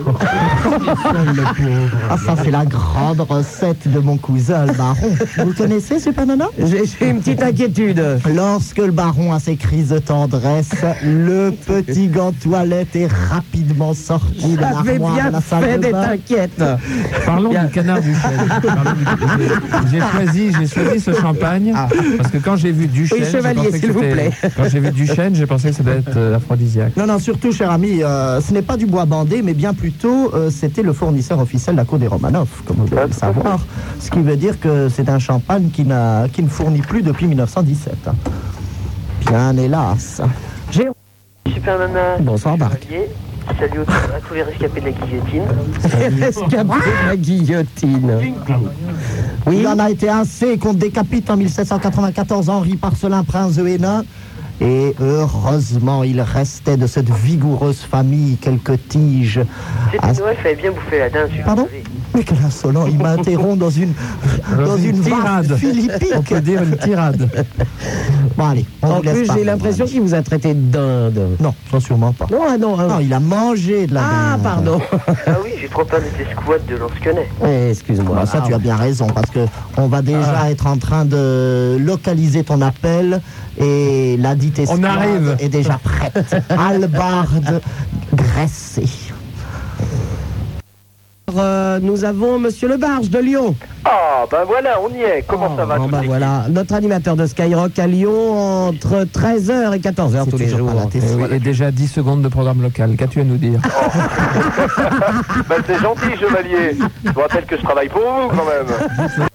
C: Ah, ça, c'est la grande recette de mon cousin, le baron. Vous le connaissez, Super Nana?
D: j'ai j'ai une petite inquiétude.
C: Lorsque le baron a ses crises de tendresse, le petit gant de toilette est rapidement sorti de
D: Ça fait
C: l'armoire
D: bien
C: de la salle
D: fait
C: de
D: d'être
C: bain.
D: inquiète.
A: Parlons du canard du chêne. Parlons du- J'ai j'ai choisi, j'ai choisi ce champagne parce que quand j'ai vu du chêne,
D: Oui, chevalier, s'il vous plaît.
A: Quand j'ai vu du chêne, j'ai pensé que ça devait être euh, aphrodisiaque.
C: Non, non, surtout, cher ami, euh, ce n'est pas du bois bandé, mais bien plutôt, euh, c'était le fournisseur officiel de la cour des Romanov, comme vous devez le savoir. Ce qui veut dire que c'est un champagne qui, n'a, qui ne fournit plus depuis mille neuf cent dix-sept. Bien, hélas.
F: Super Nana.
D: Bonsoir, Marc.
F: Chevalier. Salut à tous les rescapés de la guillotine.
D: Escapé de la guillotine.
C: Oui. Il en a été assez qu'on décapite en mille sept cent quatre-vingt-quatorze Henri Parcelin, prince de Hénin. Et heureusement, il restait de cette vigoureuse famille quelques tiges.
F: C'était
C: Ah,
F: Noël, fallait bien bouffer la dinde.
C: Pardon? Mais quel insolent, il m'interrompt dans une, dans une
A: tirade.
C: vaste philippique.
A: On peut dire une tirade.
C: Bon, allez, on
D: En
C: vous laisse
D: plus,
C: parler.
D: j'ai l'impression qu'il vous a traité de dinde.
C: Non, ça sûrement pas.
D: Non, ah non. ah
C: Non, il a mangé de la
D: Ah,
C: dinde.
D: pardon.
F: Ah oui, j'ai trop peur des squats de Lansquenet.
D: Eh, excuse-moi.
C: Bah, ça, tu as bien raison, parce que on va déjà être en train de localiser ton appel et la dite escouade
A: On arrive.
C: est déjà prête. Albarde graissée.
D: Euh, nous avons Monsieur Le Barge de Lyon.
J: Ah, ben voilà, on y est. Comment ça va,
D: Oh,
J: toute
D: bah
J: l'équipe?
D: voilà, notre animateur de Skyrock à Lyon entre treize heures et quatorze heures
C: C'est
D: tous les
C: toujours
D: jours.
C: pas la tête.
A: Et, oui, et déjà dix secondes de programme local. Qu'as-tu à nous dire?
J: Ben c'est gentil, chevalier. Je vous rappelle que je travaille pour vous, quand même.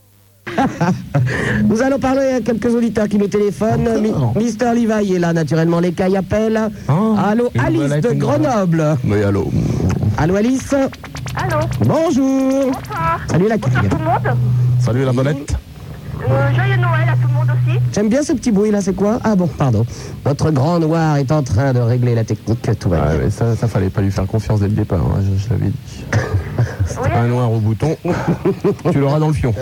D: Nous allons parler à quelques auditeurs qui nous téléphonent. Mi- Mister Levi est là, naturellement. Les cailles appellent.
A: Oh,
D: Allô,
A: une
D: Alice
A: nouvelle
D: de
A: avec une
D: Grenoble.
I: Oui, allô.
D: Allô, Alice.
L: Allô,
D: Bonjour.
L: bonsoir.
D: Salut la
L: Bonsoir
D: caille.
L: tout le monde.
I: Salut la bolette.
L: Euh, joyeux Noël à tout le monde aussi.
D: J'aime bien ce petit bruit là, c'est quoi? Ah bon, pardon. Notre grand noir est en train de régler la technique, tout va
I: Ouais,
D: bien.
I: mais ça, ça fallait pas lui faire confiance dès le départ, hein, je, je l'avais dit.
L: Oui,
I: Un noir au bouton, tu l'auras dans le fion.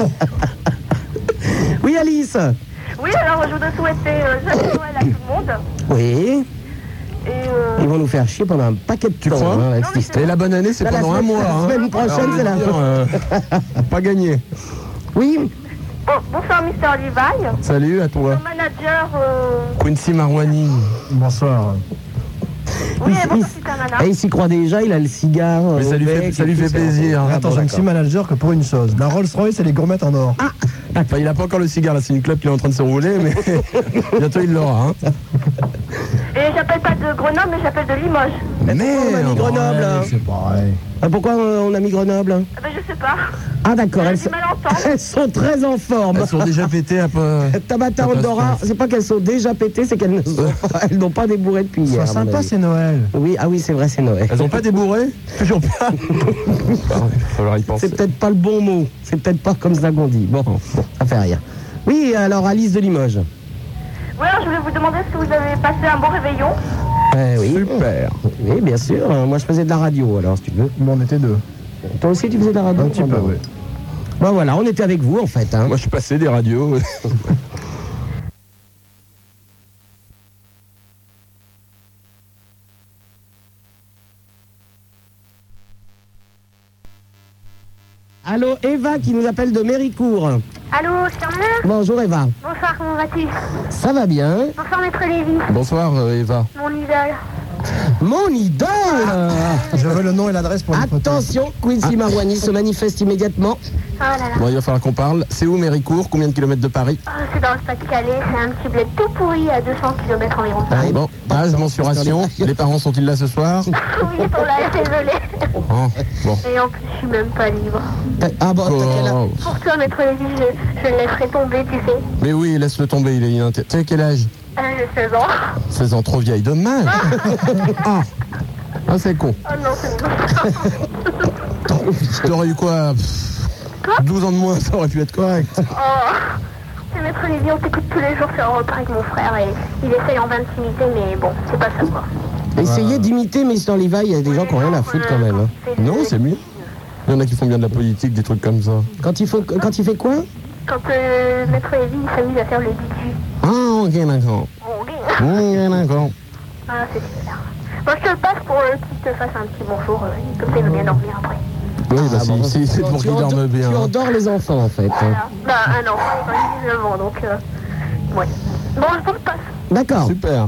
D: Oui, Alice.
L: oui, alors je voudrais souhaiter euh, joyeux Noël à tout le monde.
D: Oui.
L: Et euh,
D: Ils vont nous faire chier pendant un paquet de temps.
I: crois
D: hein, avec
L: Non,
D: cette
L: mais
D: histoire.
I: Et la bonne année, c'est
D: Là, la
I: pendant un
D: semaine-
I: mois.
D: la
I: hein.
D: semaine prochaine,
I: Alors,
D: c'est la-
I: je veux dire, euh, pas gagné.
D: Oui.
L: bon, bonsoir Mister Levi.
I: Salut à toi.
L: Mon manager. Euh,
I: Quincy Marwani.
C: Bonsoir.
L: oui,
D: Il-
L: et bonsoir
D: il-
L: Super Nana.
D: Et il s'y croit déjà, il a le cigare.
I: Mais
D: au
I: ça lui fait,
D: bec
I: ça
D: et
I: lui
D: tout,
I: fait
D: c'est-
I: plaisir.
D: Ah,
M: Attends,
D: bon,
M: je ne
D: d'accord.
M: suis manager que pour une chose. La Rolls-Royce et les gourmettes en or.
I: Enfin, il a pas encore le cigare, là, c'est une clope qui est en train de se rouler, mais bientôt il l'aura. Hein.
L: Et j'appelle pas de Grenoble, mais j'appelle de Limoges.
D: Mais pourquoi on a mis Grenoble
M: Ouais, c'est pareil.
D: Ah, pourquoi on a mis Grenoble?
L: Ah bah, je sais pas.
D: Ah d'accord, elles,
L: J'ai mal à entendre.
D: elles sont très en forme.
N: Elles sont déjà pétées un peu.
D: Tabata Andorra, c'est pas qu'elles sont déjà pétées, c'est qu'elles ne sont pas- elles n'ont pas débourré depuis hier.
M: C'est
D: à mon
M: sympa,
D: avis.
M: c'est Noël.
D: Oui, ah oui, c'est vrai, c'est Noël.
N: Elles ont pas débourré? Toujours pas. Il va falloir y penser.
D: C'est peut-être pas le bon mot. C'est peut-être pas comme ça qu'on dit. Bon, bon, ça fait rien. Oui, alors Alice de Limoges.
L: Ouais, alors, je voulais vous demander si vous avez passé un bon réveillon.
D: Eh oui.
N: Super.
D: Oui, bien sûr. Moi, je faisais de la radio, alors, si tu veux.
M: Bon, on était deux.
D: Toi aussi, tu faisais de la radio?
M: Un petit peu, oui.
D: Bon, voilà, on était avec vous, en fait. Hein.
N: Moi, je passais des radios.
D: Allô, Eva qui nous appelle de Méricourt.
L: Allô, Superman?
D: Bonjour, Eva.
L: Bonsoir, comment vas-tu?
D: Ça va bien?
L: Bonsoir, Maître Lévy.
N: Bonsoir, euh, Eva.
L: Mon idole.
D: Mon idole!
M: Je veux le nom et l'adresse pour une photo.
D: Attention, Quincy Marouani se manifeste immédiatement.
L: Oh là là.
N: Bon, il va falloir qu'on parle. C'est où Méricourt? Combien de kilomètres de Paris?
L: Oh, c'est dans le Pas-de-Calais, c'est un petit bled tout pourri à deux cents kilomètres environ.
N: Bon, âge, mensuration. Les parents sont-ils là ce soir?
L: Oui, ils sont là, désolé.
N: Oh, bon.
L: Et en plus, je suis même pas libre.
D: Ah bon, t'as quel âge?
N: Oh.
L: Pour toi, Maître Lévy, je, je le laisserai tomber, tu sais.
N: Mais oui, laisse-le tomber, il est inintéressant. Tu sais quel âge?
L: Euh, j'ai seize ans.
N: seize ans, trop vieille. Dommage. Ah, ah c'est con.
L: Oh non, c'est bon.
N: T'aurais eu quoi? Pff, douze ans de moins, ça aurait pu être correct.
L: Oh. C'est Maître Lévy, on t'écoute tous les jours sur Europe un avec mon frère et il essaye en vain de t'imiter, mais bon, c'est pas ça quoi.
D: Essayez d'imiter Mister Levi, il y a des gens qui n'ont rien à foutre quand même. hein.
N: Non, c'est mieux. Il y en a qui font bien de la politique, des trucs comme ça.
D: Quand il, faut, quand il fait quoi?
L: Quand euh, Maître Lévy il s'amuse à faire le bidu.
N: Ah, ok, d'accord.
L: Oh, oui.
N: Ok, d'accord.
L: Ah, c'est super. Bon, je te le passe pour euh, qu'il te fasse un petit bonjour, euh, comme ça il va bien dormir après.
N: Oui, bah
D: Ah,
N: si,
D: bon,
N: si, c'est
D: tu-
N: pour
D: tu
N: qu'ils
D: endors-
N: dorment bien.
D: Tu endors les enfants en fait.
L: Voilà. Bah, un enfant, il a quand même dix-neuf ans, donc... Euh, ouais. Bon, je te le passe.
D: D'accord.
N: Super.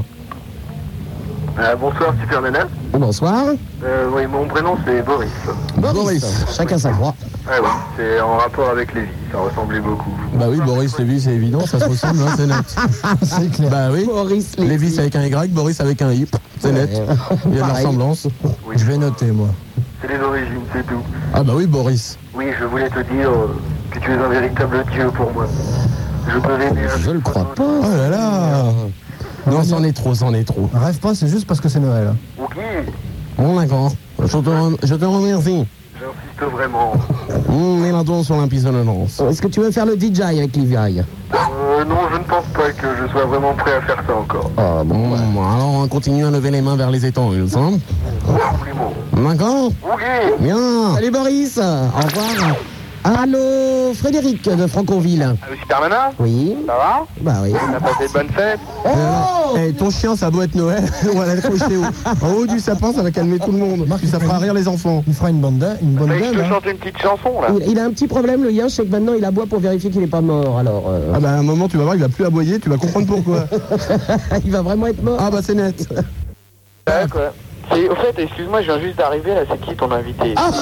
J: Euh, bonsoir, Super Nana.
D: Bonsoir.
J: Euh, oui, mon prénom c'est Boris.
D: Boris.
N: Boris.
D: Chacun sa croix.
J: Ah oui, c'est en rapport avec Lévy, ça ressemblait beaucoup.
N: Bah oui, Boris Lévy, c'est évident, ça se ressemble, hein, c'est net.
M: C'est clair.
N: Bah oui.
D: Boris
N: Lévy, c'est avec un Y, Boris avec un I. C'est net. Il y a de la
D: Pareil.
N: ressemblance.
J: Oui,
M: Je vais noter, moi.
J: c'est les origines, c'est tout.
N: Ah bah oui, Boris.
J: Oui, je voulais te dire euh, que tu es un véritable dieu pour moi. Je peux l'aider à...
D: Je le crois pas.
N: Oh là là. Non, c'en est trop, c'en est trop.
M: Rêve pas, c'est juste parce que c'est Noël.
J: Ok,
N: Bon, d'accord. Je te, rem- je te remercie.
J: j'insiste vraiment.
N: Mmh, et la danse olympique de la danse.
D: Est-ce que tu veux faire le D J avec Levi?
J: Euh, non, je ne pense pas que je sois vraiment prêt à faire ça encore.
D: Ah bon.
N: Bon, alors on continue à lever les mains vers les étangs, il semble.
J: Compliment.
N: D'accord?
J: Ok.
N: Bien.
D: Salut Boris. Au revoir. Allô, Frédéric de Franconville.
J: Allô, Super Nana?
D: Oui.
J: Ça va?
D: Bah oui.
J: T'as passé de bonnes fêtes?
D: Oh
N: Eh, ton chien, ça doit être Noël. On va l'accrocher au- en haut du sapin, ça va calmer tout le monde. Puis ça fera rire les enfants.
M: Il fera une bonne dinde, une bonne
J: Fallait que je
M: dinde,
J: te
M: hein.
J: chante une petite chanson, là.
D: il, il a un petit problème, le lien, je sais que maintenant il aboie pour vérifier qu'il n'est pas mort. Alors, euh,
N: Ah bah à un moment, tu vas voir, il va plus aboyer, tu vas comprendre pourquoi.
D: il va vraiment être mort.
N: Ah bah c'est net.
J: Ouais, quoi. C'est, au fait, excuse-moi, je viens juste d'arriver, là, c'est qui ton invité?
D: Ah,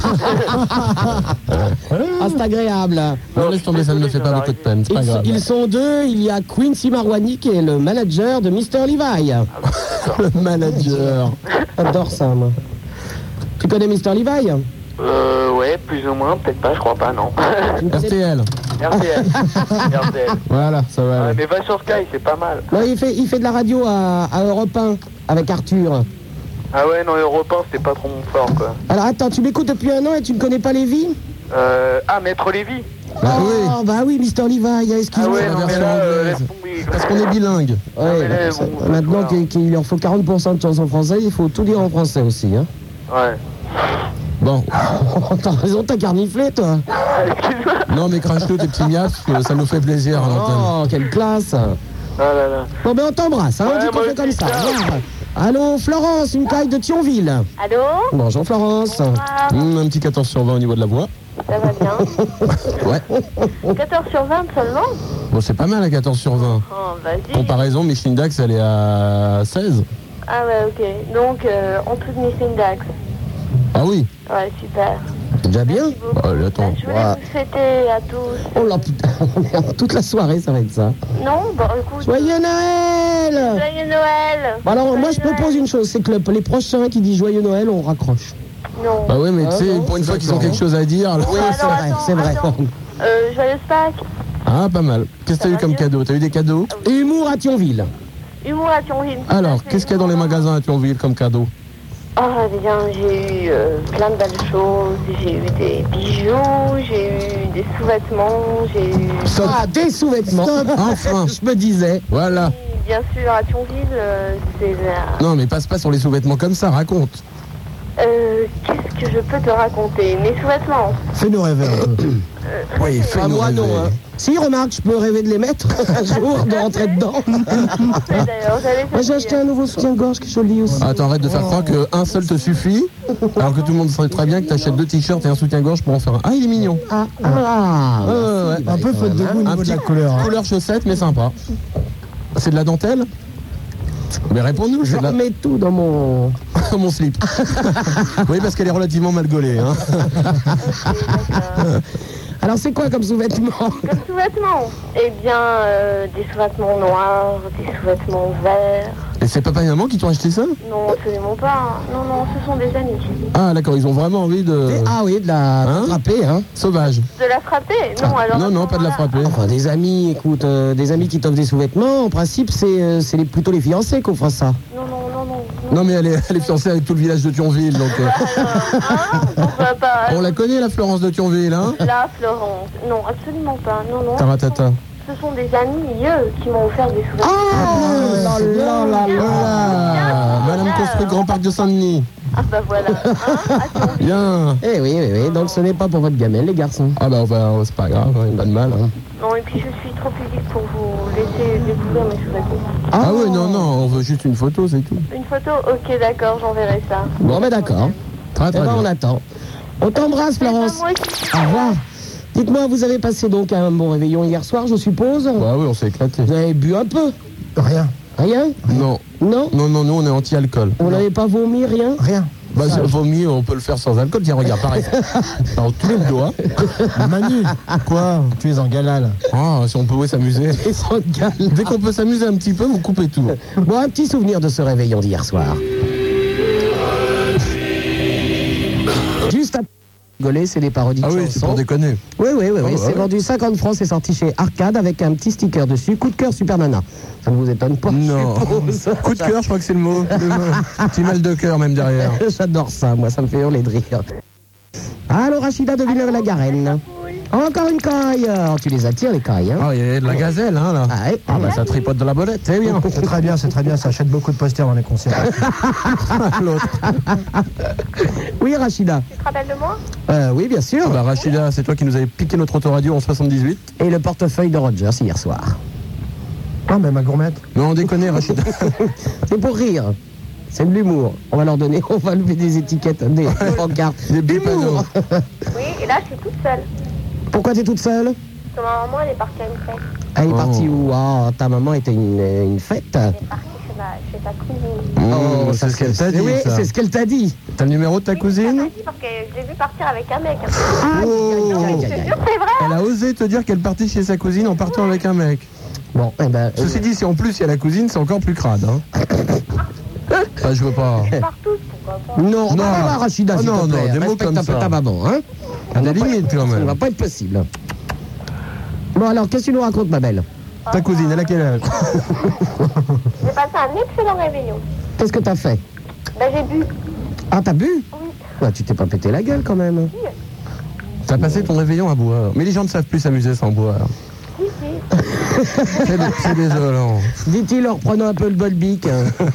D: c'est agréable.
N: Non, laisse tomber, ça ne me fait pas beaucoup de peine, c'est pas
D: Ils,
N: grave.
D: ils sont deux. Il y a Quincy Marouani qui est le manager de Mister Levi.
N: Le manager.
D: J'adore ça, moi. Tu connais Mister Levi?
J: Euh, ouais, plus ou moins, peut-être pas, je crois pas, non.
N: R T L.
J: R T L. R T L.
N: Voilà, ça va.
J: Ouais, mais va sur Sky, c'est pas mal.
D: Non, il fait, il fait de la radio à, à Europe un avec Arthur.
J: Ah ouais, non, Europe un, c'était pas trop mon fort, quoi.
D: Alors attends, tu m'écoutes depuis un an et tu ne connais pas Lévi?
J: Euh, ah, Maître Lévy.
N: Bah
D: oh,
N: oui.
D: bah oui, Mister Levi,
J: Ah
D: excuse-moi.
J: ouais,
N: la
J: non, mais
N: version
J: là, euh,
N: anglaise.
J: laisse tomber.
N: Parce qu'on est bilingue.
D: Ouais,
J: mais là,
D: ça-
J: bon,
D: maintenant
J: voilà.
D: qu'il qu'il leur faut quarante pour cent de chansons françaises, il faut tout dire en français aussi. Hein.
J: Ouais.
N: Bon.
D: T'as raison, t'as carniflé, toi.
J: Excuse-moi.
N: Non mais crache-le tes petits miafs, que ça nous fait plaisir à l'antenne.
D: Oh, quelle classe.
J: Ah là là.
D: Bon, ben on t'embrasse, hein, on
J: Ouais,
D: dit qu'on
J: moi
D: fait comme
J: aussi,
D: ça.
J: ciao.
D: Regarde. Allô, Florence, une caille de Thionville.
L: Allô?
D: Bonjour, Florence.
N: Mmh, un petit quatorze sur vingt au niveau de la voix.
L: Ça va bien.
N: Ouais.
L: quatorze sur vingt seulement?
N: Bon, c'est pas mal à quatorze sur vingt.
L: Oh, vas-y.
N: Comparaison, Micheline Dax, elle est à seize.
L: Ah ouais, ok. Donc, euh, en tout de Missing Dax.
N: Ah oui.
L: Ouais, super.
D: C'est déjà bien.
I: Bah, allez, attends.
L: Je voulais vous souhaiter à tous.
D: Oh là putain, toute la soirée ça va être ça.
L: Non, bon écoute.
D: Joyeux Noël.
L: Joyeux Noël.
D: Bon, alors
L: Joyeux
D: moi je
L: Noël.
D: propose une chose, c'est que le- les prochains qui disent Joyeux Noël, on raccroche.
L: Non.
I: Bah ouais, mais
D: Ah,
I: tu sais,
D: non,
I: pour une
D: c'est
I: fois qu'ils ont
D: d'accord.
I: quelque chose à dire. alors-
D: Oui, c'est
L: alors,
D: vrai,
L: attends,
D: c'est vrai.
L: attends. Euh, joyeuse Pâques.
I: Ah, pas mal. Qu'est-ce que t'as eu comme cadeau? T'as eu des cadeaux?
D: Humour à Thionville.
L: Humour à Thionville.
I: Alors, qu'est-ce qu'il y a dans les magasins à Thionville comme cadeau?
L: Oh, bien, j'ai eu euh, plein de belles choses. J'ai eu des bijoux, j'ai eu des sous-vêtements, j'ai eu...
D: Ah, des sous-vêtements.
I: Enfin.
D: Je me disais.
I: Voilà.
L: Bien sûr, à Thionville, euh, c'est... la-
I: Non, mais passe pas sur les sous-vêtements comme ça, raconte.
L: Euh, qu'est-ce que je peux te raconter? Mes sous-vêtements.
M: Fais-nous rêver un peu.
I: Oui,
D: Ah,
I: fais-nous
D: moi
I: rêver.
D: non. Hein. Si, remarque, je peux rêver de les mettre un jour, de rentrer dedans.
L: D'ailleurs, j'avais
D: Moi j'ai acheté un nouveau soutien-gorge qui est joli aussi.
I: Attends, arrête de faire croire qu'un seul te suffit, alors que tout le monde sait très bien que t'achètes deux t-shirts et un soutien-gorge pour en faire un. Ah, il est mignon.
D: Ah, ah,
I: Ouais, ouais, ouais.
M: Un peu faute de goût au
I: Un
M: niveau de
I: petit
M: la couleur. hein.
I: couleur chaussette, mais sympa. C'est de la dentelle? Mais réponds-nous,
D: Je
I: c'est de la...
D: remets tout dans mon...
I: mon slip. Oui, parce qu'elle est relativement mal gaulée. Hein.
D: Alors c'est quoi comme sous-vêtements?
L: Comme sous-vêtements? Eh bien, euh, des sous-vêtements noirs, des sous-vêtements verts.
I: Et c'est papa et maman qui t'ont acheté ça?
L: Non, absolument pas. Non, non, ce sont des amis.
I: Ah, d'accord, ils ont vraiment envie de...
D: Ah oui, de la
I: Hein
D: frapper, hein.
I: Sauvage.
L: De la frapper? Non, alors...
I: Non, non, pas de la frapper.
D: Enfin, des amis, écoute, euh, des amis qui t'offrent des sous-vêtements, en principe, c'est euh, c'est les- plutôt les fiancés qu'on fera ça.
L: Non, non, non, non.
I: Non, mais elle est, elle est fiancée avec tout le village de Thionville, donc... euh,
L: On va pas...
I: on la connaît, la Florence de Thionville, hein?
L: Là, Florence. Non, absolument pas. Non, non.
I: Taratata.
L: Ce sont des amis, eux, qui m'ont offert des sous-vêtements.
D: Oh là là là là.
I: Ah, Madame Construit, Grand Parc de Saint-Denis.
L: Ah bah voilà. Hein, attends.
I: Bien.
D: Eh oui, oui, oui, donc ce n'est pas pour votre gamelle, les garçons.
I: Ah bah, bah c'est pas grave, hein, pas de mal. Hein.
L: Non, et puis je suis trop pudique pour vous laisser découvrir mes sous-vêtements.
I: Ah oui, non, non, on veut juste une photo, c'est tout.
L: Une photo? Ok, d'accord, j'enverrai ça.
D: Bon, mais d'accord.
I: Très,
D: Eh
I: très
D: ben, on
I: bien.
D: attend. On t'embrasse, Florence.
L: Moi aussi.
D: Au revoir. Dites-moi, vous avez passé donc un bon réveillon hier soir, je suppose?
I: Bah oui, on s'est éclaté.
D: Vous avez bu un peu?
M: Rien.
D: Rien?
I: Non,
D: Non?
I: non, non, nous, on est anti-alcool.
D: Vous n'avez pas vomi, rien?
M: Rien.
I: Bah, c'est- vaut mieux, on peut le faire sans alcool. Tiens, regarde, pareil. Alors, tous les doigts.
M: Manu, quoi? Tu es en gala là.
I: Ah, si on pouvait s'amuser.
D: Et sans gale.
I: Dès qu'on peut s'amuser un petit peu, vous coupez tout.
D: Bon, un petit souvenir de ce réveillon d'hier soir. Juste à rigoler, c'est des parodies de
I: Ah oui, c'est
D: chansons.
I: pour déconner.
D: Oui, oui, oui,
I: Ah
D: oui.
I: bah
D: c'est
I: ouais.
D: vendu cinquante francs, c'est sorti chez Arcade avec un petit sticker dessus. Coup de cœur Super Nana. Ça ne vous étonne pas?
I: Non.
D: je suppose.
I: Coup de cœur, je crois que c'est le mot. Le mot. Petit mal de cœur, même derrière.
D: J'adore ça, moi, ça me fait hurler de rire. Allô, Rachida de Villeneuve-la-Garenne. Encore une caille. Oh, tu les attires, les cailles, hein?
I: Ah, il y a de la gazelle, hein, là.
D: Ah, ouais.
I: Ah, bah, ça tripote de la bolette, c'est bien.
M: C'est très bien, c'est très bien. Ça achète beaucoup de posters dans les concerts.
I: L'autre.
D: Oui, Rachida.
L: Tu te rappelles de moi?
D: Euh, oui, bien sûr.
I: Bah, Rachida, c'est toi qui nous avais piqué notre autoradio en soixante-dix-huit.
D: Et le portefeuille de Rogers hier soir.
M: Non, mais ma gourmette.
I: Non, on déconne, Rachida.
D: C'est pour rire. C'est de l'humour. On va leur donner, on va lever des étiquettes, des pancartes.
I: Des bipanos.
L: Oui, et là, je suis toute seule.
D: Pourquoi t'es toute seule?
L: Parce que ma maman, elle est partie à une fête.
D: Elle est
I: Oh.
D: partie où? Ah, ta maman était une, une fête.
L: Elle est partie chez, ma, chez ta cousine.
I: Mmh,
D: Oh,
I: c'est ce qu'elle t'a dit,
D: Oui,
I: ça.
D: c'est ce qu'elle t'a dit.
I: T'as le numéro de ta
L: Elle
I: cousine?
L: m'a dit parce que je l'ai vu partir avec un mec.
I: Oh.
D: Aïe, aïe,
L: Je
D: aïe,
L: te
D: aïe.
L: jure, c'est vrai.
I: Elle a osé te dire qu'elle partait chez sa cousine en partant avec un mec.
D: Bon, eh ben,
I: Ceci dit, si en plus il y a la cousine, c'est encore plus crade. Hein. Bah, je veux pas.
L: Partout, pourquoi pas.
D: non,
I: Non.
D: non, non, Rachida,
I: Ah,
D: s'il
I: non,
D: te plaît.
I: non, des mots
D: Respecte
I: comme
D: un peu
I: ça.
D: ta maman, hein.
I: Il y a des limites quand
D: Ça ne va
I: même.
D: pas être possible. Bon, alors, qu'est-ce que tu nous racontes, ma belle?
I: Ta cousine, elle a quel âge?
L: J'ai passé un excellent réveillon.
D: Qu'est-ce que t'as fait?
L: Ben, j'ai bu.
D: Ah, t'as bu?
L: Oui.
D: Ouais, tu t'es pas pété la gueule, quand même.
I: T'as passé ton réveillon à boire. Mais les gens ne savent plus s'amuser sans boire.
L: Si, si.
I: C'est c'est désolant.
D: Dit-il en reprenant un peu le bol bic.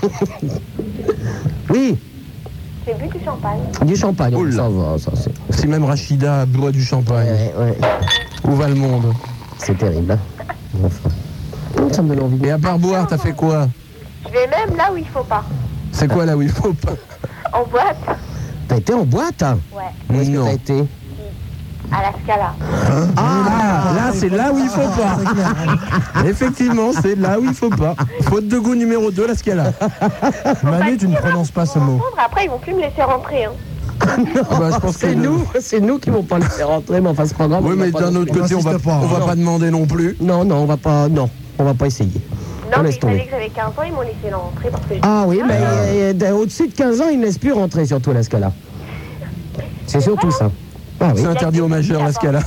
D: Oui,
L: J'ai bu du champagne.
D: du champagne.
I: Oh là.
D: Ça va, ça, c'est...
I: Si même Rachida boit du champagne,
D: Ouais, ouais.
I: où va le monde?
D: C'est terrible, hein. Enfin. Oh, ça me donne envie.
I: Et à part boire, t'as fait quoi?
L: Je vais même là où il faut pas.
I: C'est quoi là où il faut pas?
L: En boîte.
D: T'as été en boîte, hein?
L: Ouais.
D: Où est-ce que
I: Non.
D: t'as été?
L: À la Scala.
I: Ah, là c'est là où il faut pas. Effectivement, c'est là où il faut pas. Faute de goût numéro deux, la Scala.
M: Manu, tu ne prononces pas ce mot.
L: Après, ils vont plus me laisser rentrer. Hein.
D: Non,
I: Ah bah, je pense
D: c'est
I: que-
D: nous, c'est nous qui vont pas le faire rentrer, mais enfin c'est pas grave.
I: Oui,
D: on va
I: mais
D: pas-
I: d'un autre côté, on va,
M: pas,
I: on va
D: non.
I: pas demander non plus.
D: Non, non, on va pas, non, on va pas essayer.
L: Non,
D: On
L: mais
D: laisse
L: ils savaient
D: tomber.
L: que j'avais quinze ans, ils m'ont laissé l'entrée parce que j'ai
D: Ah oui,
L: dit,
D: mais
L: ah,
D: euh, euh, au-dessus de quinze ans, ils ne laissent plus rentrer, surtout la Scala. C'est surtout ça. Ah oui.
I: C'est interdit aux majeurs, la Scala.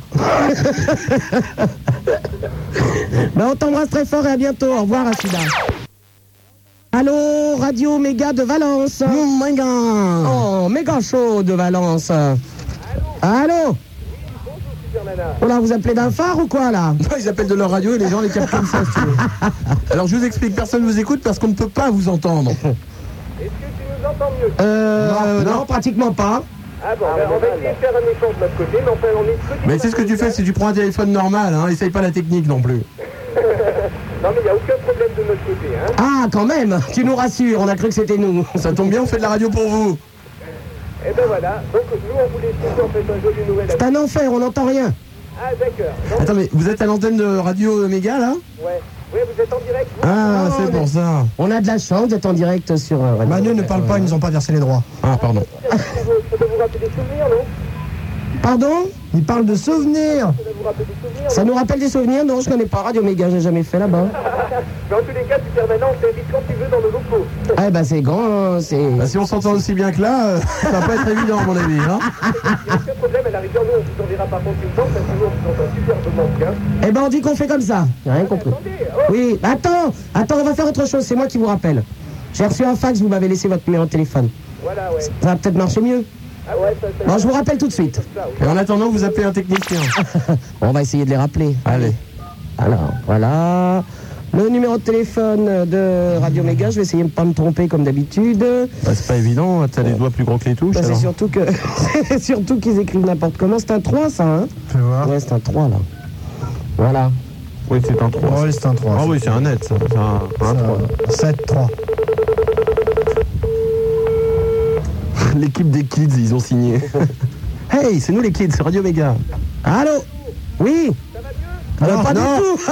D: Ben, on t'embrasse très fort et à bientôt. Au revoir, Achida. Allô, Radio Méga de Valence.
I: Mmh, méga.
D: Oh, méga chaud de Valence. Allô. Oh là, vous appelez d'un phare ou quoi là?
I: Non, ils appellent de leur radio et les gens les captent comme ça. si tu veux. Alors je vous explique, personne ne vous écoute parce qu'on ne peut pas vous entendre.
J: Est-ce que tu nous entends mieux?
D: Euh, non, pratiquement pas.
J: Ah bon, ben, on va essayer de faire un effort de notre côté, mais enfin on est petit.
I: Mais c'est ce que tu fais si tu prends un téléphone normal, hein, essaye pas la technique non plus.
J: Non mais il n'y a aucun problème de notre côté, hein.
D: Ah, quand même, tu nous rassures, on a cru que c'était nous.
I: Ça tombe bien, on fait de la radio pour vous.
J: Et ben voilà, donc nous on voulait souhaiter en fait un joyeux Noël à
D: C'est un enfer, on n'entend rien.
J: Ah d'accord. Donc,
I: Attends, mais vous êtes à l'antenne de Radio Méga là?
J: ouais. Oui, vous êtes en direct, vous?
I: Ah, c'est pour ça.
D: On a de la chance d'être en direct sur... euh, Radio
M: Manu ne
D: Méga.
M: parle pas, ils nous ont pas versé les droits.
I: Ah, pardon.
J: Ça doit vous rappeler des souvenirs, non?
D: Pardon?
M: Il parle de souvenirs.
J: Ça doit vous rappeler des souvenirs?
D: Ça nous rappelle des souvenirs? Non, je connais pas Radio Méga, j'ai jamais fait là-bas.
J: Mais en tous les cas, Super Nana, on t'invite quand tu veux dans nos locaux.
D: Ah bah c'est grand, hein, c'est...
I: Bah, si on s'entend aussi bien que là, euh, ça va pas être évident à mon avis. Hein.
J: Il n'y a aucun problème, à la rigueur, nous on vous enverra par contre une chance, parce que nous on vous entend superbement bien.
D: Eh ben on dit qu'on fait comme ça. J'ai rien compris.
J: Attendez, oh,
D: Oui, attends, attends, on va faire autre chose, c'est moi qui vous rappelle. J'ai reçu un fax, vous m'avez laissé votre numéro de téléphone.
J: voilà, ouais.
D: Ça va peut-être marcher mieux.
J: Ah ouais, ça, ça,
D: Bon, je vous rappelle tout de suite.
J: ça, oui.
I: Et en attendant, vous appelez un technicien.
D: On va essayer de les rappeler.
I: Allez.
D: Alors, voilà. Le numéro de téléphone de Radio Méga, je vais essayer de ne pas me tromper comme d'habitude.
I: Bah, c'est pas évident, t'as les doigts plus gros que les touches.
D: Bah, c'est
I: alors.
D: surtout que c'est surtout qu'ils écrivent n'importe comment. C'est un trois, ça, hein?
M: Fais voir.
D: Ouais, c'est un trois, là. Voilà.
I: Oui, c'est un trois.
M: Oh, c'est un trois.
I: Ah oui, c'est un net, ça. C'est un, un trois.
M: sept trois.
I: L'équipe des kids, ils ont signé. Hey, c'est nous les kids, c'est Radio Méga.
D: Allô? Oui? Ça va
M: Non,
D: pas
M: non.
D: du tout.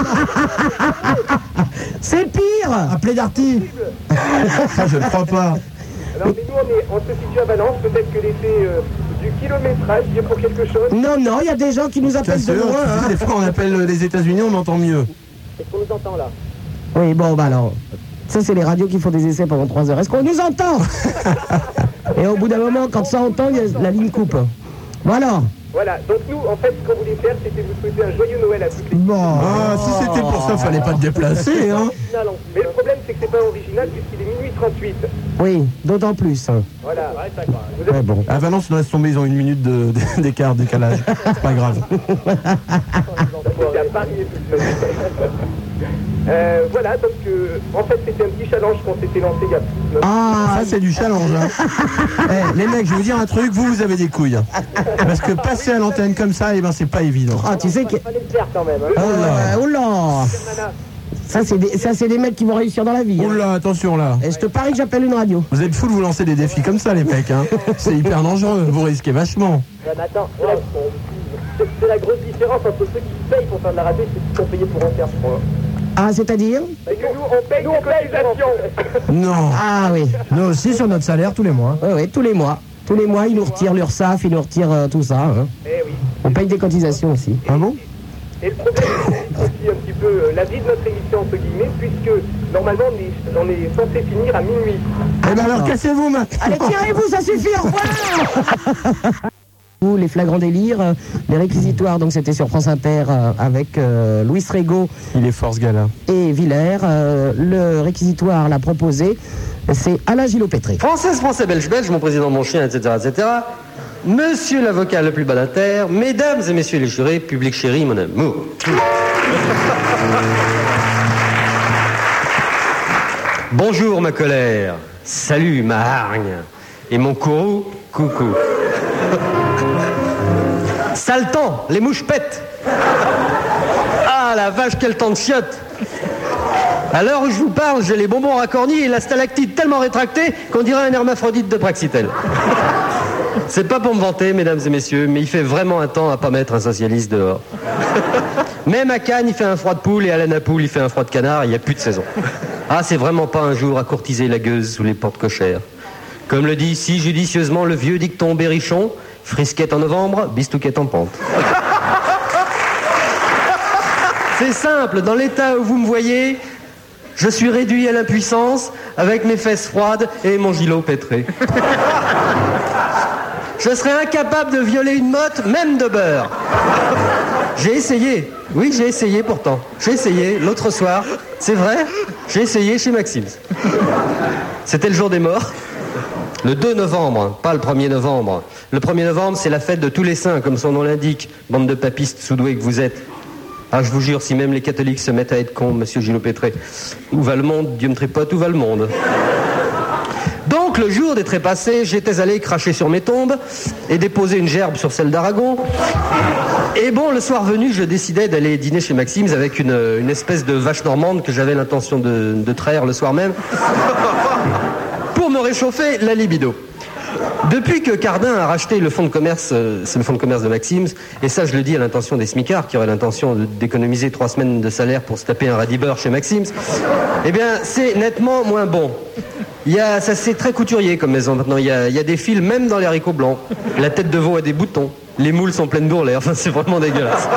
D: C'est pire.
M: Appelez Darty.
I: Ça, je ne crois pas.
J: Alors, mais nous on, est, on se situe à Valence, peut-être que l'effet euh, du kilométrage y est pour quelque chose.
D: Non, non, il y a des gens qui nous
I: Tu
D: appellent de
I: assures,
D: loin.
I: tu
D: hein.
I: sais, des fois on appelle les États-Unis, on entend mieux.
J: Est-ce qu'on nous entend là?
D: Oui, bon, bah alors, ça c'est les radios qui font des essais pendant trois heures. Est-ce qu'on nous entend? Et au bout d'un moment, quand ça entend, il y a- la ligne coupe. Bon alors,
J: Voilà, donc nous en fait ce qu'on voulait faire c'était vous souhaiter un joyeux Noël à toutes les
M: Bon.
I: Ah, si c'était pour ça, fallait pas te déplacer, hein.
J: original. Mais le problème c'est que c'est pas original puisqu'il est minuit trente-huit.
D: oui, d'autant plus. hein.
J: Voilà. Vous êtes
D: Ouais, bon.
I: À Valence, on laisse tomber, ils ont une minute de- de- d'écart, décalage. C'est pas grave.
J: à Paris et tout ça. Euh, voilà, donc euh, en fait c'était un petit challenge qu'on s'était lancé il y a...
I: Ah, ça c'est du challenge. Hein. Eh, les mecs, je vais vous dire un truc, vous, vous avez des couilles. Parce que passer à l'antenne comme ça, eh ben, c'est pas évident.
D: Ah, tu sais que...
J: Il fallait le faire quand même. Hein.
D: Oh là, oh là.
J: Nana,
D: Ça c'est des, ça, c'est des mecs qui vont réussir dans la vie. hein.
I: Oula, attention là.
D: Et je te parie que j'appelle une radio.
I: Vous êtes fous de vous lancer des défis comme ça, les mecs. Hein. C'est hyper dangereux, vous risquez vachement.
J: euh, attends, c'est la- c'est- c'est la grosse différence entre ceux qui payent pour faire de la radio et ceux qui sont payés pour en faire, je crois.
D: Ah, c'est-à-dire?
J: Et que nous, on paye des cotisations.
I: Non.
D: Ah oui.
M: Nous aussi sur notre salaire tous les mois.
D: Oui, oui, tous les mois. Tous les mois, ils nous retirent l'URSSAF, ils nous retirent euh, tout ça. hein.
J: Eh oui.
D: On paye des cotisations aussi.
I: Ah bon?
J: Et le problème, c'est aussi un petit peu euh, la vie de notre émission, entre guillemets, puisque normalement, on est, on est censé finir à minuit.
I: Eh ben alors, cassez-vous maintenant.
D: Allez, tirez-vous, ça suffit, au revoir. Les flagrants délires, euh, les réquisitoires, donc c'était sur France Inter euh, avec euh, Louis Rego
I: Il est fort ce gars-là.
D: et Villers. Euh, le réquisitoire l'a proposé, c'est Alain Gillot-Pétré.
O: Française, français, belge, belge, mon président, mon chien, et cetera, et cetera. Monsieur l'avocat le plus bas mesdames et messieurs les jurés, public chéri, mon amour. Bonjour ma colère, salut ma hargne, et mon courroux, coucou. Sale temps, les mouches pètent. Ah la vache, quel temps de chiottes. À l'heure où je vous parle, j'ai les bonbons racornis et la stalactite tellement rétractée qu'on dirait un hermaphrodite de Praxitèle. C'est pas pour me vanter, mesdames et messieurs, mais il fait vraiment un temps à pas mettre un socialiste dehors. Même à Cannes, il fait un froid de poule et à la Napoule, il fait un froid de canard, il n'y a plus de saison. Ah, c'est vraiment pas un jour à courtiser la gueuse sous les portes cochères. Comme le dit si judicieusement le vieux dicton berrichon, frisquette en novembre, bistouquette en pente. C'est simple, dans l'état où vous me voyez, je suis réduit à l'impuissance avec mes fesses froides et mon gilet pétré. Je serais incapable de violer une motte, même de beurre. J'ai essayé, oui j'ai essayé pourtant. J'ai essayé l'autre soir, c'est vrai, j'ai essayé chez Maxim's. C'était le jour des morts. Le deux novembre, pas le premier novembre. Le premier novembre, c'est la fête de tous les saints, comme son nom l'indique, bande de papistes sous-doués que vous êtes. Ah, je vous jure, si même les catholiques se mettent à être cons, monsieur Gillot Pétré, où va le monde, Dieu me tripote, où va le monde? Donc, le jour des trépassés, j'étais allé cracher sur mes tombes et déposer une gerbe sur celle d'Aragon. Et bon, le soir venu, je décidais d'aller dîner chez Maxim's avec une, une espèce de vache normande que j'avais l'intention de, de traire le soir même, pour me réchauffer la libido. Depuis que Cardin a racheté le fonds de commerce, euh, c'est le fonds de commerce de Maxim's, et ça je le dis à l'intention des smicards qui auraient l'intention de- d'économiser trois semaines de salaire pour se taper un radibeur chez Maxim's, eh bien c'est nettement moins bon. Il y a, ça c'est très couturier comme maison maintenant, il y a, il y a des fils même dans les haricots blancs. La tête de veau a des boutons, les moules sont pleines d'ourlets, enfin c'est vraiment dégueulasse.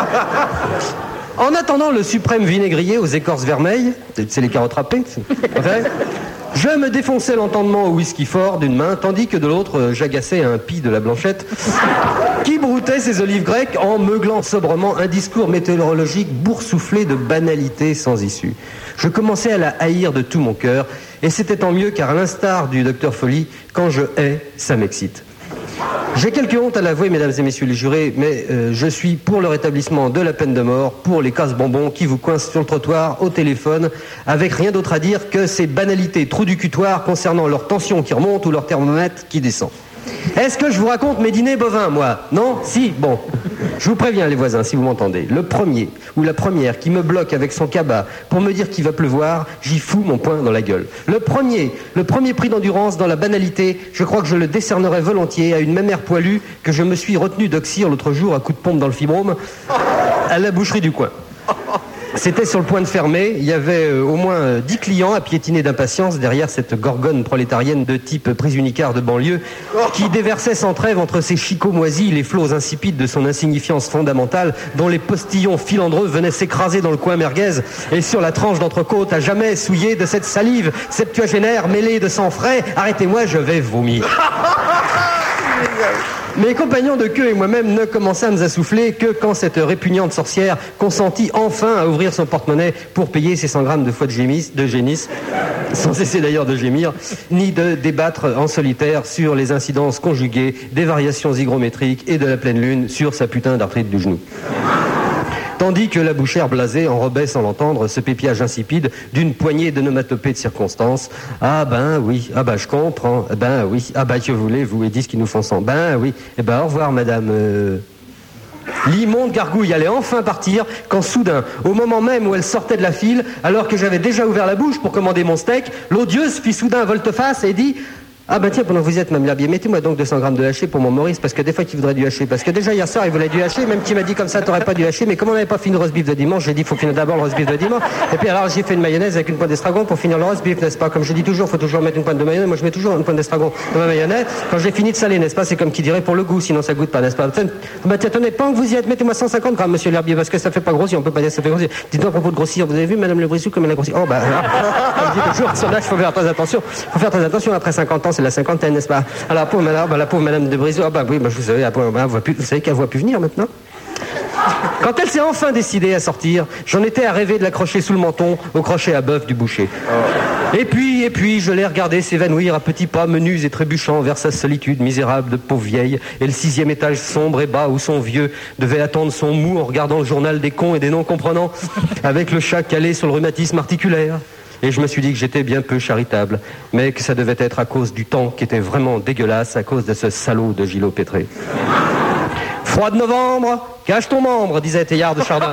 O: En attendant le suprême vinaigrier aux écorces vermeilles, c'est les carottes râpées, okay, je me défonçais l'entendement au whisky fort d'une main, tandis que de l'autre, euh, j'agaçais un pis de la Blanchette, qui broutait ses olives grecques en meuglant sobrement un discours météorologique boursouflé de banalités sans issue. Je commençais à la haïr de tout mon cœur, et c'était tant mieux car à l'instar du docteur Folly, quand je hais, ça m'excite. J'ai quelque honte à l'avouer, mesdames et messieurs les jurés, mais euh, je suis pour le rétablissement de la peine de mort, pour les casse-bonbons qui vous coincent sur le trottoir, au téléphone, avec rien d'autre à dire que ces banalités trous du cutoir concernant leur tension qui remonte ou leur thermomètre qui descend. Est-ce que je vous raconte mes dîners bovins, moi? Non? Si? Bon. Je vous préviens, les voisins, si vous m'entendez. Le premier ou la première qui me bloque avec son cabas pour me dire qu'il va pleuvoir, j'y fous mon poing dans la gueule. Le premier, le premier prix d'endurance dans la banalité, je crois que je le décernerais volontiers à une mamère poilue que je me suis retenu d'oxyre l'autre jour à coup de pompe dans le fibrome à la boucherie du coin. C'était sur le point de fermer, il y avait euh, au moins euh, dix clients à piétiner d'impatience derrière cette gorgone prolétarienne de type prisunicard de banlieue qui déversait sans trêve entre ses chicots moisis les flots insipides de son insignifiance fondamentale dont les postillons filandreux venaient s'écraser dans le coin merguez et sur la tranche d'entrecôte à jamais souillée de cette salive septuagénaire mêlée de sang frais. Arrêtez-moi, je vais vomir. Mes compagnons de queue et moi-même ne commençâmes à souffler que quand cette répugnante sorcière consentit enfin à ouvrir son porte-monnaie pour payer ses cent grammes de foie de gémis, de génisse, sans cesser d'ailleurs de gémir, ni de débattre en solitaire sur les incidences conjuguées des variations hygrométriques et de la pleine lune sur sa putain d'arthrite du genou. Tandis que la bouchère blasée enrobait sans l'entendre ce pépiage insipide d'une poignée de nomatopées de circonstances. Ah ben oui, ah ben je comprends, ben oui, ah ben que voulez-vous, et disent qu'ils nous font sang. Ben oui, eh ben au revoir madame. Euh... L'immonde gargouille allait enfin partir quand soudain, au moment même où elle sortait de la file, alors que j'avais déjà ouvert la bouche pour commander mon steak, l'odieuse fit soudain volte-face et dit... Ah ben tiens, pendant que vous y êtes, Mme Lherbier, mettez-moi donc deux cents grammes de haché pour mon Maurice, parce que des fois qu'il voudrait du haché. Parce que déjà hier soir, il voulait du haché, même qu'il m'a dit comme ça, t'aurais pas du haché, mais comme on n'avait pas fini le roast beef de dimanche, j'ai dit, faut finir d'abord le roast beef de dimanche. Et puis alors, j'ai fait une mayonnaise avec une pointe d'estragon pour finir le roast beef, n'est-ce pas? Comme je dis toujours, faut toujours mettre une pointe de mayonnaise. Moi, je mets toujours une pointe d'estragon dans ma mayonnaise. Quand j'ai fini de saler, n'est-ce pas? C'est comme qui dirait pour le goût, sinon ça goûte pas, n'est-ce pas? Bah tiens, tenez, pas que vous y êtes, mettez-moi cent cinquante grammes, monsieur Lherbier, parce que ça fait pas grossir, on peut pas dire que ça fait grossir. Dites-moi à propos de grossir, vous avez vu, Madame Le Brissou, comme elle a grossi? Oh bah, comme je dis toujours, sur l'âge, faut faire très attention. Faut faire très attention, après cinquante ans, c'est la cinquantaine, n'est-ce pas? Alors, pauvre madame, bah, la pauvre madame de Brisot, ah bah oui, bah, vous savez, bah, bah, voit plus, vous savez qu'elle voit plus venir maintenant. Quand elle s'est enfin décidée à sortir, j'en étais à rêver de l'accrocher sous le menton au crochet à bœuf du boucher. Oh. Et puis, et puis, je l'ai regardé s'évanouir à petits pas menus et trébuchants vers sa solitude misérable de pauvre vieille, et le sixième étage sombre et bas où son vieux devait attendre son mou en regardant le journal des cons et des non-comprenants, avec le chat calé sur le rhumatisme articulaire. Et je me suis dit que j'étais bien peu charitable, mais que ça devait être à cause du temps qui était vraiment dégueulasse, à cause de ce salaud de Gillot Pétré. Froid de novembre, cache ton membre, disait Théillard de Chardin.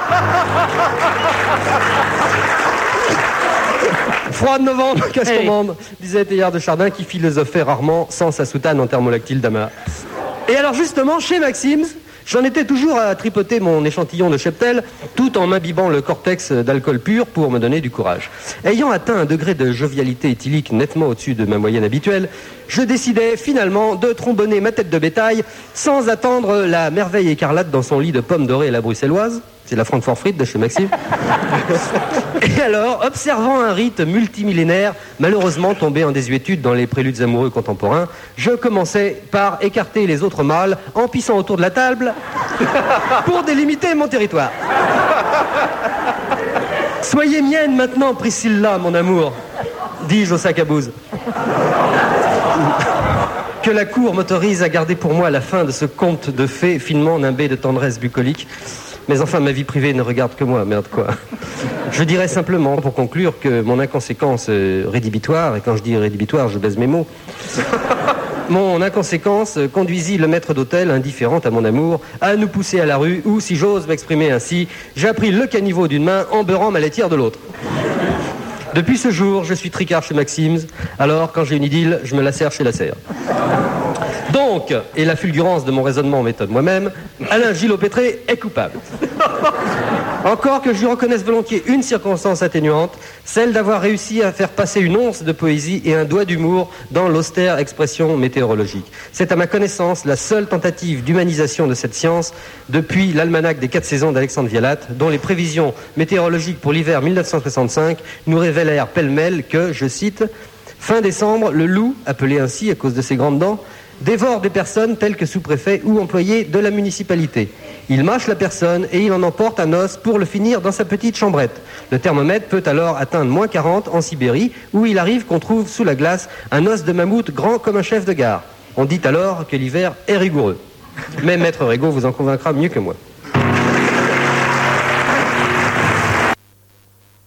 O: Froid de novembre, cache ton membre, disait Théillard de Chardin, qui philosophait rarement sans sa soutane en thermolactyle d'amas. Et alors justement, chez Maxim's, J'en étais toujours à tripoter mon échantillon de cheptel, tout en m'imbibant le cortex d'alcool pur pour me donner du courage. Ayant atteint un degré de jovialité éthylique nettement au-dessus de ma moyenne habituelle, je décidai finalement de trombonner ma tête de bétail sans attendre la merveille écarlate dans son lit de pommes dorées à la bruxelloise. C'est la Francfort Frites de chez Maxime. Et alors, observant un rite multimillénaire, malheureusement tombé en désuétude dans les préludes amoureux contemporains, je commençais par écarter les autres mâles en pissant autour de la table pour délimiter mon territoire. Soyez mienne maintenant, Priscilla, mon amour, dis-je au sac à bouse. Que la cour m'autorise à garder pour moi la fin de ce conte de fées finement nimbé de tendresse bucolique. Mais enfin, ma vie privée ne regarde que moi, merde quoi. Je dirais simplement, pour conclure, que mon inconséquence euh, rédhibitoire, et quand je dis rédhibitoire, je baise mes mots, mon inconséquence conduisit le maître d'hôtel, indifférent à mon amour, à nous pousser à la rue, où, si j'ose m'exprimer ainsi, j'ai appris le caniveau d'une main en beurrant ma laitière de l'autre. Depuis ce jour, je suis tricard chez Maxim's, alors quand j'ai une idylle, je me la serre chez la serre. Donc, et la fulgurance de mon raisonnement m'étonne moi-même, Alain Gillot-Pétré est coupable. Encore que je lui reconnaisse volontiers une circonstance atténuante, celle d'avoir réussi à faire passer une once de poésie et un doigt d'humour dans l'austère expression météorologique. C'est à ma connaissance la seule tentative d'humanisation de cette science depuis l'almanach des quatre saisons d'Alexandre Vialat, dont les prévisions météorologiques pour l'hiver mille neuf cent soixante-cinq nous révélèrent pêle-mêle que, je cite, « Fin décembre, le loup, appelé ainsi à cause de ses grandes dents, dévore des personnes telles que sous-préfet ou employés de la municipalité. Il mâche la personne et il en emporte un os pour le finir dans sa petite chambrette. Le thermomètre peut alors atteindre moins quarante en Sibérie, où il arrive qu'on trouve sous la glace un os de mammouth grand comme un chef de gare. On dit alors que l'hiver est rigoureux. Mais Maître Régaud vous en convaincra mieux que moi.